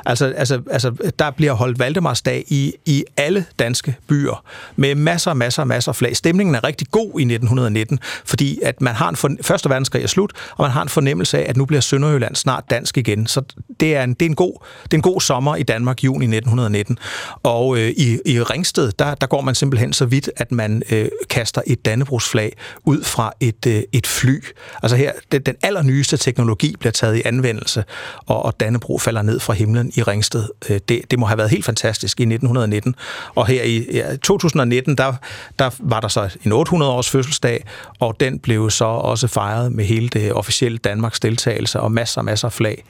[SPEAKER 5] Altså der bliver holdt Valdemarsdag i alle danske byer, med masser flag. Stemningen er rigtig god i 1919, fordi at man har Første Verdenskrig er slut, og man har en fornemmelse af, at nu bliver Sønderjylland snart dansk igen. Så det er en god sommer i Danmark, juni 1919. Og i Ringsted, der går man simpelthen så vidt, at man kaster et Dannebrogsflag ud fra et fly. Altså her, den allernyeste teknologi bliver taget i anvendelse, og Dannebrog falder ned fra himlen i Ringsted. Det må have været helt fantastisk i 1919. Og her i 2019, der var der så en 800-års fødselsdag, og den blev så også fejret med hele det officielle Danmarks deltagelse og masser af flag.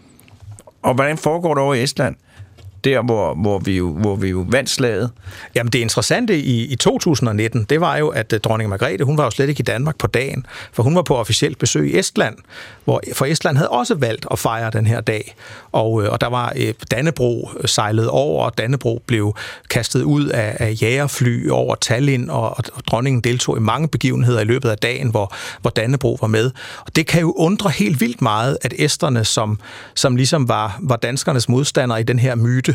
[SPEAKER 2] Og hvordan foregår det over i Estland? Der, hvor vi jo vandt slaget.
[SPEAKER 5] Jamen det interessante i 2019, det var jo, at dronning Margrethe, hun var jo slet ikke i Danmark på dagen, for hun var på officielt besøg i Estland, for Estland havde også valgt at fejre den her dag. Og der var Dannebrog sejlet over, og Dannebrog blev kastet ud af jagerfly over Tallinn, og dronningen deltog i mange begivenheder i løbet af dagen, hvor Dannebrog var med. Og det kan jo undre helt vildt meget, at esterne, som ligesom var danskernes modstandere i den her myte,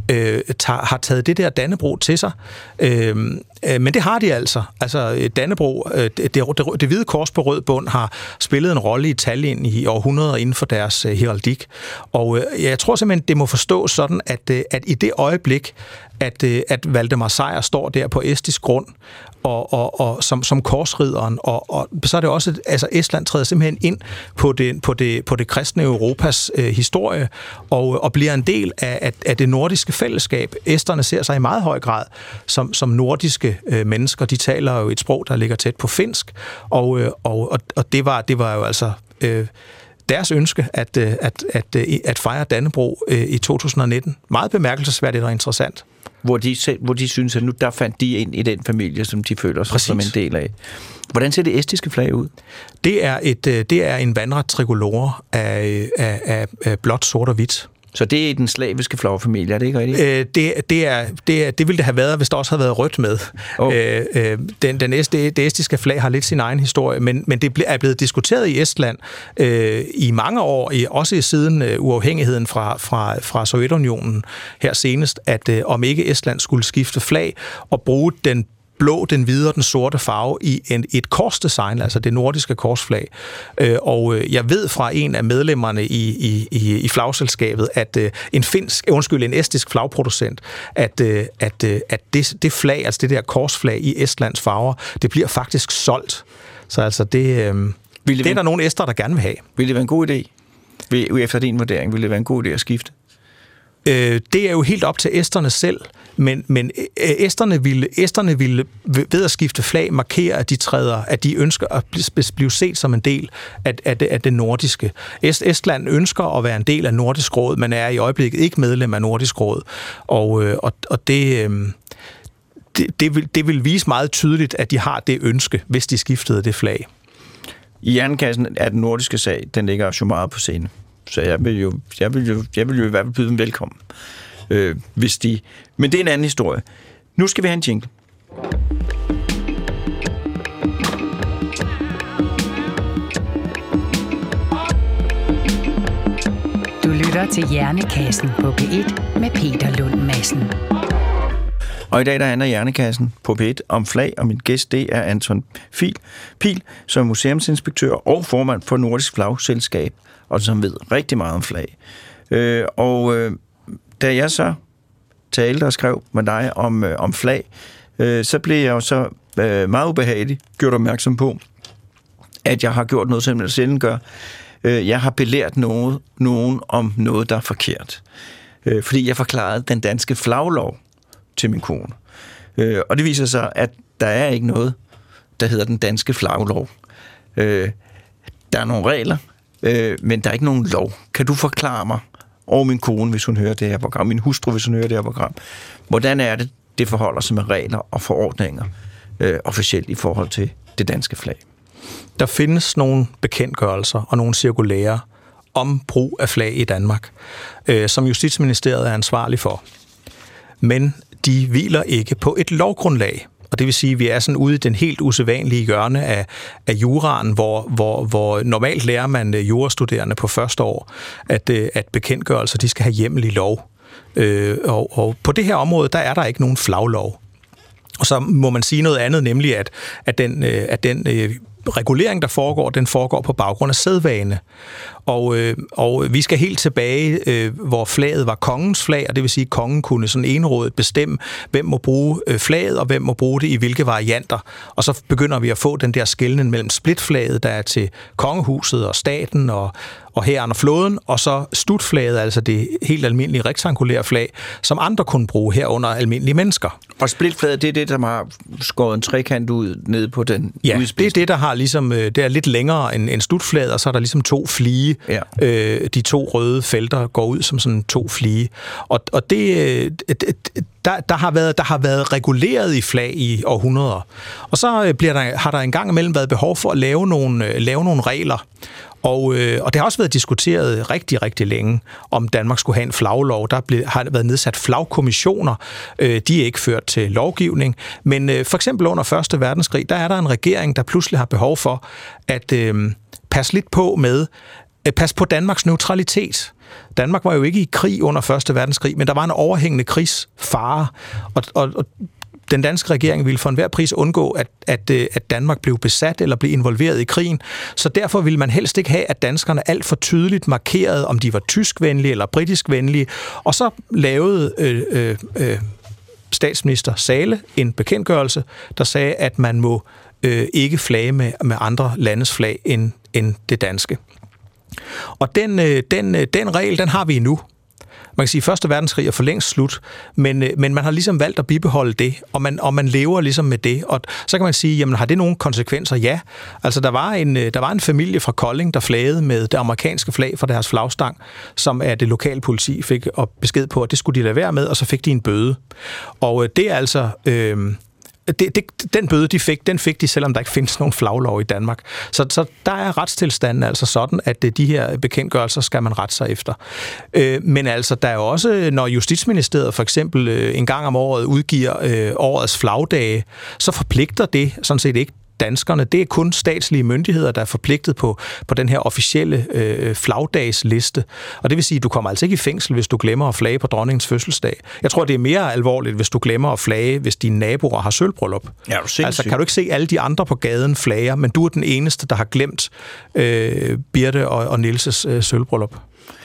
[SPEAKER 5] har taget det der Dannebrog til sig. Men det har de altså. Altså Dannebrog, det hvide kors på rød bund, har spillet en rolle i Tallinn i århundreder inden for deres heraldik. Og jeg tror simpelthen, det må forstås sådan, at i det øjeblik, at Valdemar Sejr står der på estisk grund, og som korsridderen, og så er det også, altså Estland træder simpelthen ind på det kristne Europas historie, og bliver en del af det nordiske fællesskab. Esterne ser sig i meget høj grad som nordiske mennesker. De taler jo et sprog, der ligger tæt på finsk, og det var jo altså deres ønske at fejre Dannebrog i 2019. Meget bemærkelsesværdigt og interessant.
[SPEAKER 2] Hvor de synes, at nu der fandt de ind i den familie, som de føler sig som en del af. Hvordan ser det estiske flag ud?
[SPEAKER 5] Det er en vandret trikolore af blåt, sort og hvidt.
[SPEAKER 2] Så det er den slaviske flagfamilie, er det ikke rigtigt?
[SPEAKER 5] Det ville det have været, hvis der også havde været rødt med. Det estiske flag har lidt sin egen historie, men det er blevet diskuteret i Estland i mange år, også siden uafhængigheden fra Sovjetunionen her senest, at om ikke Estland skulle skifte flag og bruge den blå, den hvide og den sorte farve i et korsdesign, altså det nordiske korsflag. Og jeg ved fra en af medlemmerne i flagselskabet, at en estisk flagproducent, at det flag, altså det der korsflag i Estlands farver, det bliver faktisk solgt. Så altså det er der nogle ester, der gerne vil have.
[SPEAKER 2] Vil det være en god idé? Efter din vurdering, vil det være en god idé at skifte?
[SPEAKER 5] Det er jo helt op til esterne selv, men esterne ville ved at skifte flag markere, at de ønsker at blive set som en del af det nordiske. Estland ønsker at være en del af Nordisk Råd, men er i øjeblikket ikke medlem af Nordisk Råd, og det vil vise meget tydeligt, at de har det ønske, hvis de skiftede det flag.
[SPEAKER 2] I Hjernekassen er den nordiske sag, den ligger jo meget på scene. Så jeg vil jo i hvert fald byde dem velkommen, hvis de... Men det er en anden historie. Nu skal vi have en jingle.
[SPEAKER 1] Du lytter til Hjernekassen på P1 med Peter Lund Madsen.
[SPEAKER 2] Og i dag der handler Hjernekassen på P1 om flag, og min gæst det er Anton Pihl, som er museumsinspektør og formand for Nordisk Flagselskab, og som ved rigtig meget om flag. Da jeg så talte og skrev med dig om flag, så blev jeg jo så meget ubehageligt gjort opmærksom på, at jeg har gjort noget, som jeg sjældent gør. Jeg har belært nogen om noget, der er forkert. Fordi jeg forklarede den danske flaglov til min kone. Og det viser sig, at der er ikke noget, der hedder den danske flaglov. Der er nogle regler, men der er ikke nogen lov. Kan du forklare mig, og min kone, hvis hun hører det her program, min hustru, hvis hun hører det her program, hvordan er det forholder sig med regler og forordninger officielt i forhold til det danske flag?
[SPEAKER 5] Der findes nogle bekendtgørelser og nogle cirkulærer om brug af flag i Danmark, som Justitsministeriet er ansvarlig for. Men de hviler ikke på et lovgrundlag. Og det vil sige, at vi er sådan ude i den helt usædvanlige hjørne af juraen, hvor normalt lærer man jurastuderende på første år, at bekendtgørelser de skal have hjemmel i lov. Og på det her område, der er der ikke nogen flaglov. Og så må man sige noget andet, nemlig at den regulering, der foregår, den foregår på baggrund af sædvane. Og vi skal helt tilbage, hvor flaget var kongens flag, og det vil sige, at kongen kunne sådan enrådet bestemme, hvem må bruge flaget, og hvem må bruge det i hvilke varianter. Og så begynder vi at få den der skelnen mellem splitflaget, der er til kongehuset og staten og hæren og flåden, og så stutflaget, altså det helt almindelige rektangulære flag, som andre kunne bruge herunder almindelige mennesker.
[SPEAKER 2] Og splitflaget, det er det, der har skåret en trekant ud ned på den
[SPEAKER 5] ja,
[SPEAKER 2] udspids.
[SPEAKER 5] Det er det, der har ligesom, det er lidt længere end stutflaget, og så er der ligesom to flige. Ja. De to røde felter går ud som sådan to flige. Og det, der har været reguleret i flag i århundreder. Og så har der engang imellem været behov for at lave nogle regler. Og det har også været diskuteret rigtig, rigtig længe, om Danmark skulle have en flaglov. Har været nedsat flagkommissioner. De er ikke ført til lovgivning. Men for eksempel under 1. verdenskrig, der er der en regering, der pludselig har behov for at passe lidt på med pas på Danmarks neutralitet. Danmark var jo ikke i krig under 1. verdenskrig, men der var en overhængende krigsfare, og den danske regering ville for enhver pris undgå, at Danmark blev besat eller blev involveret i krigen. Så derfor ville man helst ikke have, at danskerne alt for tydeligt markerede, om de var tyskvenlige eller britisk-venlige. Og så lavede statsminister Zahle en bekendtgørelse, der sagde, at man må ikke flage med andre landes flag end det danske. Og den regel, den har vi endnu. Man kan sige, at 1. verdenskrig er for længst slut, men man har ligesom valgt at bibeholde det, og man lever ligesom med det. Og så kan man sige, jamen har det nogle konsekvenser? Ja. Altså der var en familie fra Kolding, der flagede med det amerikanske flag for deres flagstang, som af det lokale politi fik besked på, at det skulle de lade være med, og så fik de en bøde. Og det er altså... Den bøde, den fik de, selvom der ikke findes nogen flaglov i Danmark. Så der er retstilstanden altså sådan, at de her bekendtgørelser skal man rette sig efter. Men altså, der er jo også, når Justitsministeriet for eksempel en gang om året udgiver årets flagdage, så forpligter det sådan set ikke danskerne. Det er kun statslige myndigheder, der er forpligtet på den her officielle flagdagsliste. Og det vil sige, at du kommer altså ikke i fængsel, hvis du glemmer at flage på dronningens fødselsdag. Jeg tror, det er mere alvorligt, hvis du glemmer at flage, hvis dine naboer har sølvbryllup.
[SPEAKER 2] Ja,
[SPEAKER 5] altså kan du ikke se alle de andre på gaden flager, men du er den eneste, der har glemt Birte og Nielses sølvbryllup.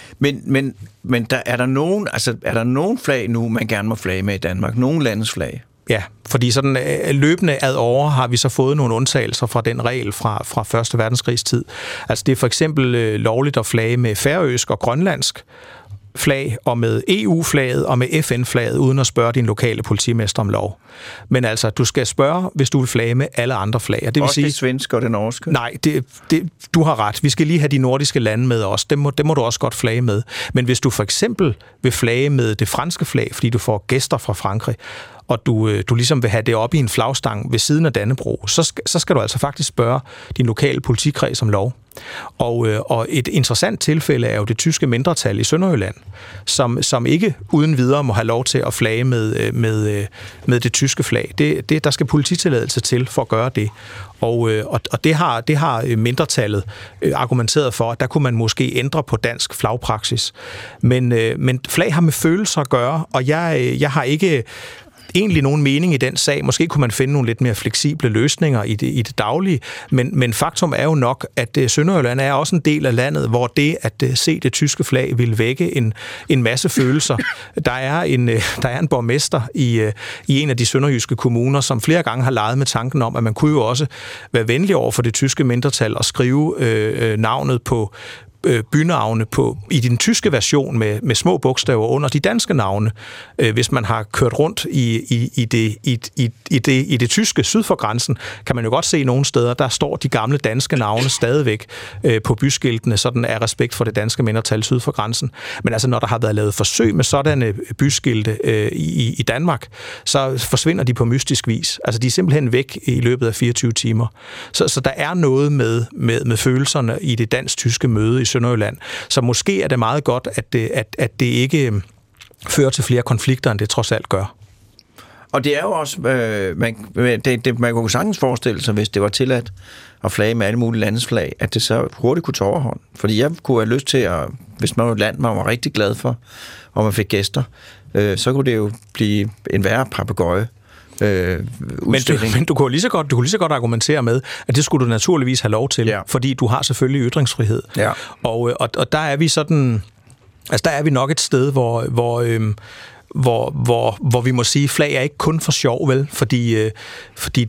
[SPEAKER 2] Men er der nogen flag nu, man gerne må flage med i Danmark? Nogen landes flag?
[SPEAKER 5] Ja, fordi sådan løbende ad år har vi så fået nogle undtagelser fra den regel fra 1. verdenskrigs tid. Altså det er for eksempel lovligt at flage med færøsk og grønlandsk flag og med EU-flaget og med FN-flaget, uden at spørge din lokale politimester om lov. Men altså, du skal spørge, hvis du vil flage med alle andre flag. Det vil
[SPEAKER 2] også
[SPEAKER 5] sige,
[SPEAKER 2] det svenske og det norske?
[SPEAKER 5] Nej, du har ret. Vi skal lige have de nordiske lande med os. Dem må du også godt flage med. Men hvis du for eksempel vil flage med det franske flag, fordi du får gæster fra Frankrig, og du ligesom vil have det op i en flagstang ved siden af Dannebrog, så skal du altså faktisk spørge din lokale politikreds om lov. Og et interessant tilfælde er jo det tyske mindretal i Sønderjylland, som ikke uden videre må have lov til at flage med det tyske flag. Der skal polititilladelse til for at gøre det. Og det har mindretallet argumenteret for, at der kunne man måske ændre på dansk flagpraksis. Men flag har med følelser at gøre, og jeg har ikke egentlig nogen mening i den sag. Måske kunne man finde nogle lidt mere fleksible løsninger i det daglige, men faktum er jo nok, at Sønderjylland er også en del af landet, hvor det at se det tyske flag vil vække en masse følelser. Der er en borgmester i en af de sønderjyske kommuner, som flere gange har leget med tanken om, at man kunne jo også være venlig over for det tyske mindretal og skrive navnet på bynavne i den tyske version med små bogstaver under de danske navne. Hvis man har kørt rundt i det tyske syd for grænsen, kan man jo godt se nogle steder, der står de gamle danske navne stadigvæk på byskiltene, sådan af respekt for det danske mindretal syd for grænsen. Men altså, når der har været lavet forsøg med sådanne byskilte i Danmark, så forsvinder de på mystisk vis. Altså, de er simpelthen væk i løbet af 24 timer. Så der er noget med følelserne i det dansk-tyske møde i Sønderjylland. Så måske er det meget godt, at det ikke fører til flere konflikter, end det trods alt gør.
[SPEAKER 2] Og det er jo også, man kunne sagtens forestille sig, hvis det var tilladt at flage med alle mulige landes flag, at det så hurtigt kunne tage overhånd. Fordi jeg kunne have lyst til at, hvis man var et land, man var rigtig glad for, og man fik gæster, så kunne det jo blive en værre papegøje.
[SPEAKER 5] Men du kunne lige så godt argumentere med, at det skulle du naturligvis have lov til, ja. Fordi du har selvfølgelig ytringsfrihed. Ja. Og der er vi sådan, altså der er vi nok et sted, hvor vi må sige, at flag er ikke kun for sjov, vel? Fordi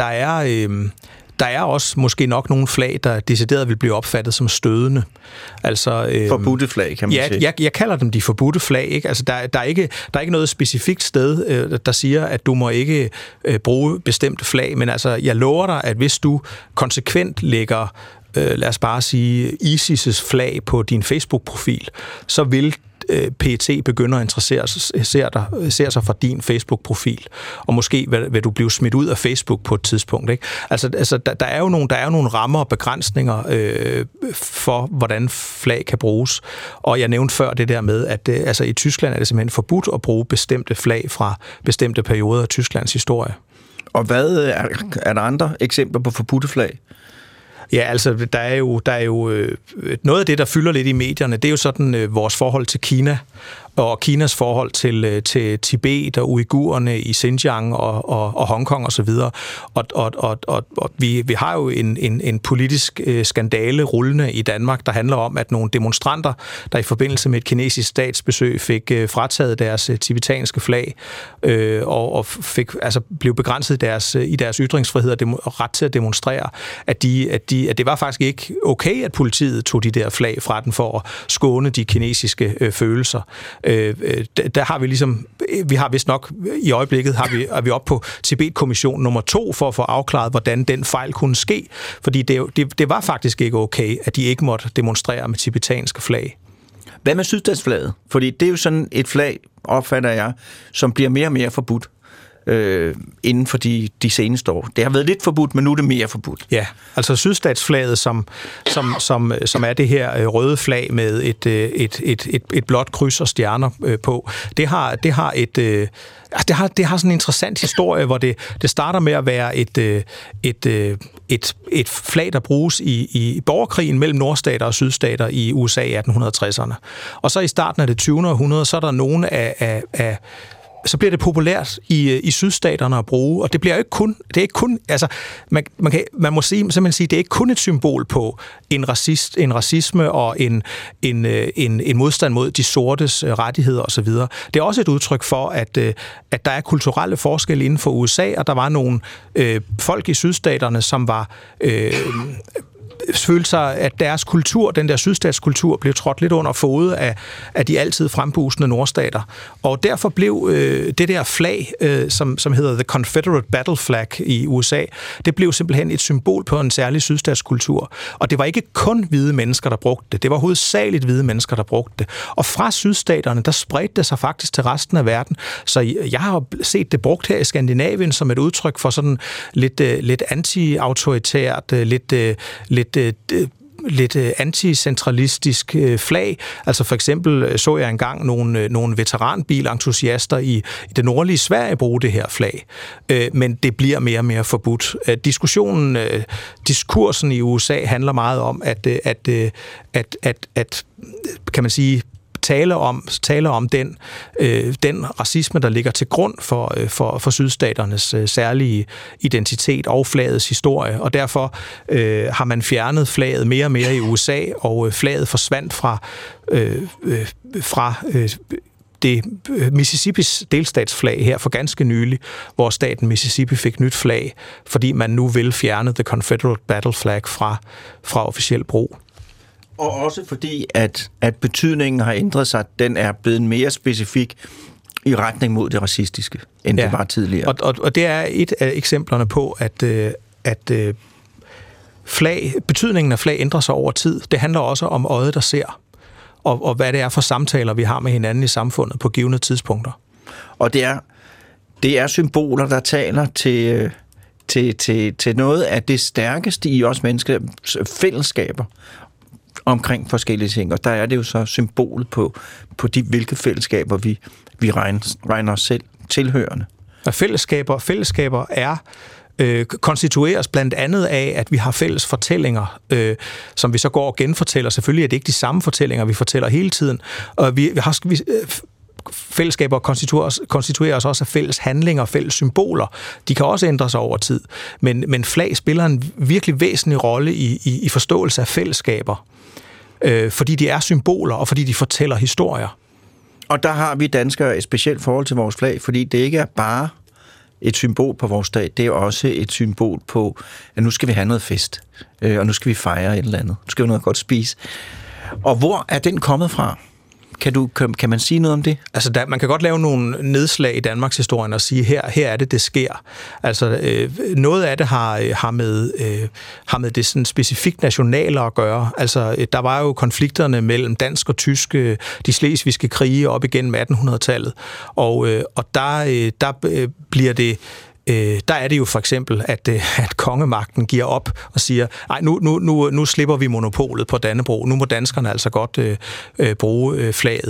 [SPEAKER 5] der er også måske nok nogle flag, der decideret vil blive opfattet som stødende. Altså,
[SPEAKER 2] forbudte flag, kan man sige.
[SPEAKER 5] Jeg kalder dem de forbudte flag. Ikke? Altså, der er ikke noget specifikt sted, der siger, at du må ikke bruge bestemte flag. Men altså, jeg lover dig, at hvis du konsekvent lægger, lad os bare sige, ISIS' flag på din Facebook-profil, så vil PET begynder at interessere sig for din Facebook-profil, og måske vil du blive smidt ud af Facebook på et tidspunkt. Ikke? Altså der er jo nogle rammer og begrænsninger for, hvordan flag kan bruges. Og jeg nævnte før det der med, at i Tyskland er det simpelthen forbudt at bruge bestemte flag fra bestemte perioder af Tysklands historie.
[SPEAKER 2] Og hvad er der andre eksempler på forbudte flag?
[SPEAKER 5] Ja, altså, der er jo noget af det, der fylder lidt i medierne, det er jo sådan vores forhold til Kina, og Kinas forhold til Tibet og uigurerne i Xinjiang og Hongkong og så videre. Og vi har jo en politisk skandale rullende i Danmark, der handler om, at nogle demonstranter, der i forbindelse med et kinesisk statsbesøg fik frataget deres tibetanske flag og blev begrænset i deres ytringsfrihed og ret til at demonstrere, at det var faktisk ikke okay, at politiet tog de der flag fra den for at skåne de kinesiske følelser. Der har vi ligesom, vi har vist nok i øjeblikket, er vi oppe på Tibet-kommission nummer 2 for at få afklaret, hvordan den fejl kunne ske. Fordi det var faktisk ikke okay, at de ikke måtte demonstrere med tibetanske flag.
[SPEAKER 2] Hvad med sydstatsflaget? Fordi det er jo sådan et flag, opfatter jeg, som bliver mere og mere forbudt inden for de seneste år. Det har været lidt forbudt, men nu er det mere forbudt.
[SPEAKER 5] Ja, altså sydstatsflaget, som er det her røde flag med et blåt kryds og stjerner på, det har sådan en interessant historie, hvor det starter med at være et flag, der bruges i borgerkrigen mellem nordstater og sydstater i USA i 1860'erne. Og så i starten af det 20. århundrede, så er der nogle så bliver det populært i sydstaterne at bruge, og det er ikke kun, altså man må simpelthen sige, det er ikke kun et symbol på en racisme og en modstand mod de sortes rettigheder osv. Det er også et udtryk for, at der er kulturelle forskelle inden for USA, og der var nogle folk i sydstaterne, som var følte sig, at deres kultur, den der sydstatskultur, blev trådt lidt under fode af de altid frembusende nordstater. Og derfor blev det der flag, som hedder The Confederate Battle Flag i USA, det blev simpelthen et symbol på en særlig sydstatskultur. Og det var ikke kun hvide mennesker, der brugte det. Det var hovedsageligt hvide mennesker, der brugte det. Og fra sydstaterne, der spredte det sig faktisk til resten af verden. Så jeg har set det brugt her i Skandinavien som et udtryk for sådan lidt anti-autoritært, lidt anticentralistisk flag. Altså for eksempel så jeg engang nogle veteranbilentusiaster i det nordlige Sverige bruge det her flag. Men det bliver mere og mere forbudt. Diskursen i USA handler meget om, at kan man sige, tale om den racisme, der ligger til grund for sydstaternes særlige identitet og flagets historie, og derfor har man fjernet flaget mere og mere i USA, og flaget forsvandt fra det Mississippis delstatsflag her for ganske nylig, hvor staten Mississippi fik nyt flag, fordi man nu vil fjerne The Confederate Battle Flag fra officiel brug.
[SPEAKER 2] Og også fordi, at betydningen har ændret sig, den er blevet mere specifik i retning mod det racistiske, end det var tidligere.
[SPEAKER 5] Og det er et af eksemplerne på, at betydningen af flag ændrer sig over tid. Det handler også om øjet, der ser, og hvad det er for samtaler, vi har med hinanden i samfundet på givne tidspunkter.
[SPEAKER 2] Og det er symboler, der taler til noget af det stærkeste i os mennesker, fællesskaber omkring forskellige ting, og der er det jo så symbolet på hvilke fællesskaber vi regner os selv tilhørende.
[SPEAKER 5] Og fællesskaber er konstitueres blandt andet af, at vi har fælles fortællinger, som vi så går og genfortæller. Selvfølgelig er det ikke de samme fortællinger, vi fortæller hele tiden, og fællesskaber konstitueres også af fælles handlinger og fælles symboler. De kan også ændre sig over tid, men flag spiller en virkelig væsentlig rolle i forståelse af fællesskaber, fordi de er symboler, og fordi de fortæller historier.
[SPEAKER 2] Og der har vi danskere et specielt forhold til vores flag, fordi det ikke er bare et symbol på vores dag, det er også et symbol på, at nu skal vi have noget fest, og nu skal vi fejre et eller andet. Nu skal vi noget godt spise. Og hvor er den kommet fra? Kan man sige noget om det?
[SPEAKER 5] Altså, man kan godt lave nogle nedslag i Danmarks historien og sige, her er det sker. Altså, noget af det har med det sådan specifikt nationale at gøre. Altså, der var jo konflikterne mellem dansk og tysk, de slesvigske krige op igennem 1800-tallet, og der bliver det. Der er det jo for eksempel, at kongemagten giver op og siger, nej, nu slipper vi monopolet på Dannebrog. Nu må danskerne altså godt bruge flaget.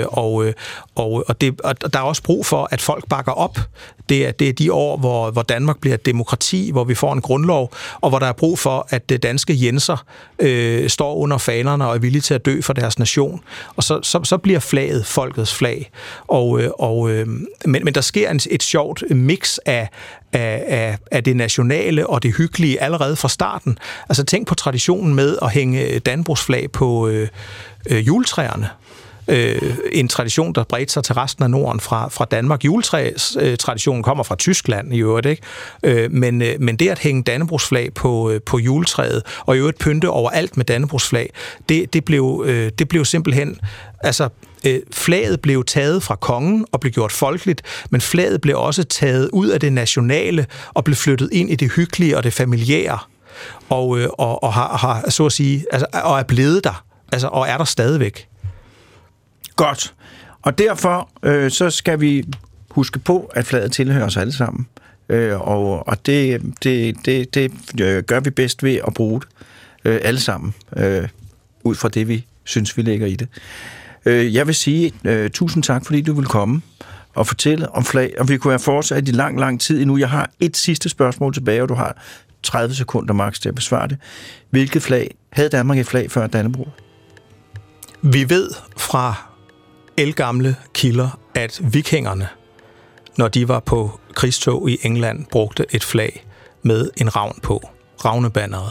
[SPEAKER 5] Og der er også brug for, at folk bakker op. Det er de år, hvor Danmark bliver et demokrati, hvor vi får en grundlov, og hvor der er brug for, at danske jenser står under fanerne og er villige til at dø for deres nation. Og så bliver flaget folkets flag. Men der sker et sjovt mix af det nationale og det hyggelige allerede fra starten. Altså tænk på traditionen med at hænge Dannebrogsflag på juletræerne. En tradition, der bredte sig til resten af Norden fra Danmark. Juletræstraditionen kommer fra Tyskland i øvrigt, ikke? Men det at hænge Dannebrogsflag på juletræet, og i øvrigt pynte overalt med Dannebrogsflag, det blev simpelthen. Altså, flaget blev taget fra kongen og blev gjort folkeligt, men flaget blev også taget ud af det nationale og blev flyttet ind i det hyggelige og det familiære, og har så at sige, altså, og er blevet der, altså, og er der stadigvæk.
[SPEAKER 2] Godt. Og derfor så skal vi huske på, at flaget tilhører os alle sammen. Og det gør vi bedst ved at bruge det alle sammen, ud fra det, vi synes, vi lægger i det. Jeg vil sige tusind tak, fordi du vil komme og fortælle om flag, og vi kunne have fortsat i lang tid endnu. Jeg har et sidste spørgsmål tilbage, og du har 30 sekunder maks til at besvare det. Hvilket flag? Havde Danmark et flag før Dannebrog?
[SPEAKER 5] Vi ved fra ældgamle kilder, at vikingerne, når de var på krigstog i England, brugte et flag med en ravn på. Ravnebanneret.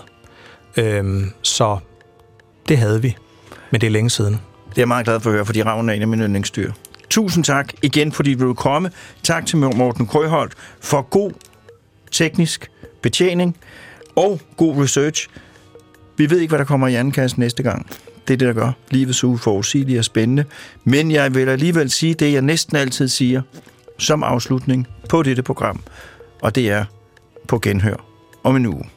[SPEAKER 5] Så det havde vi, men det er længe siden.
[SPEAKER 2] Det er jeg meget glad for at høre, fordi ravnen er en af mine yndlingsdyr. Tusind tak igen, fordi du vil komme. Tak til Morten Krøholt for god teknisk betjening og god research. Vi ved ikke, hvad der kommer i Hjernekassen næste gang. Det er det, der gør livet så uforudsigeligt og spændende. Men jeg vil alligevel sige det, jeg næsten altid siger som afslutning på dette program. Og det er på genhør om en uge.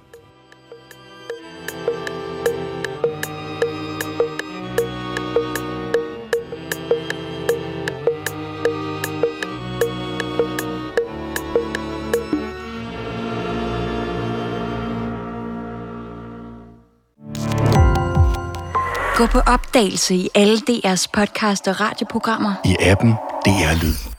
[SPEAKER 6] Gå på opdagelse i alle DR's podcast og radioprogrammer.
[SPEAKER 7] I appen DR Lyd.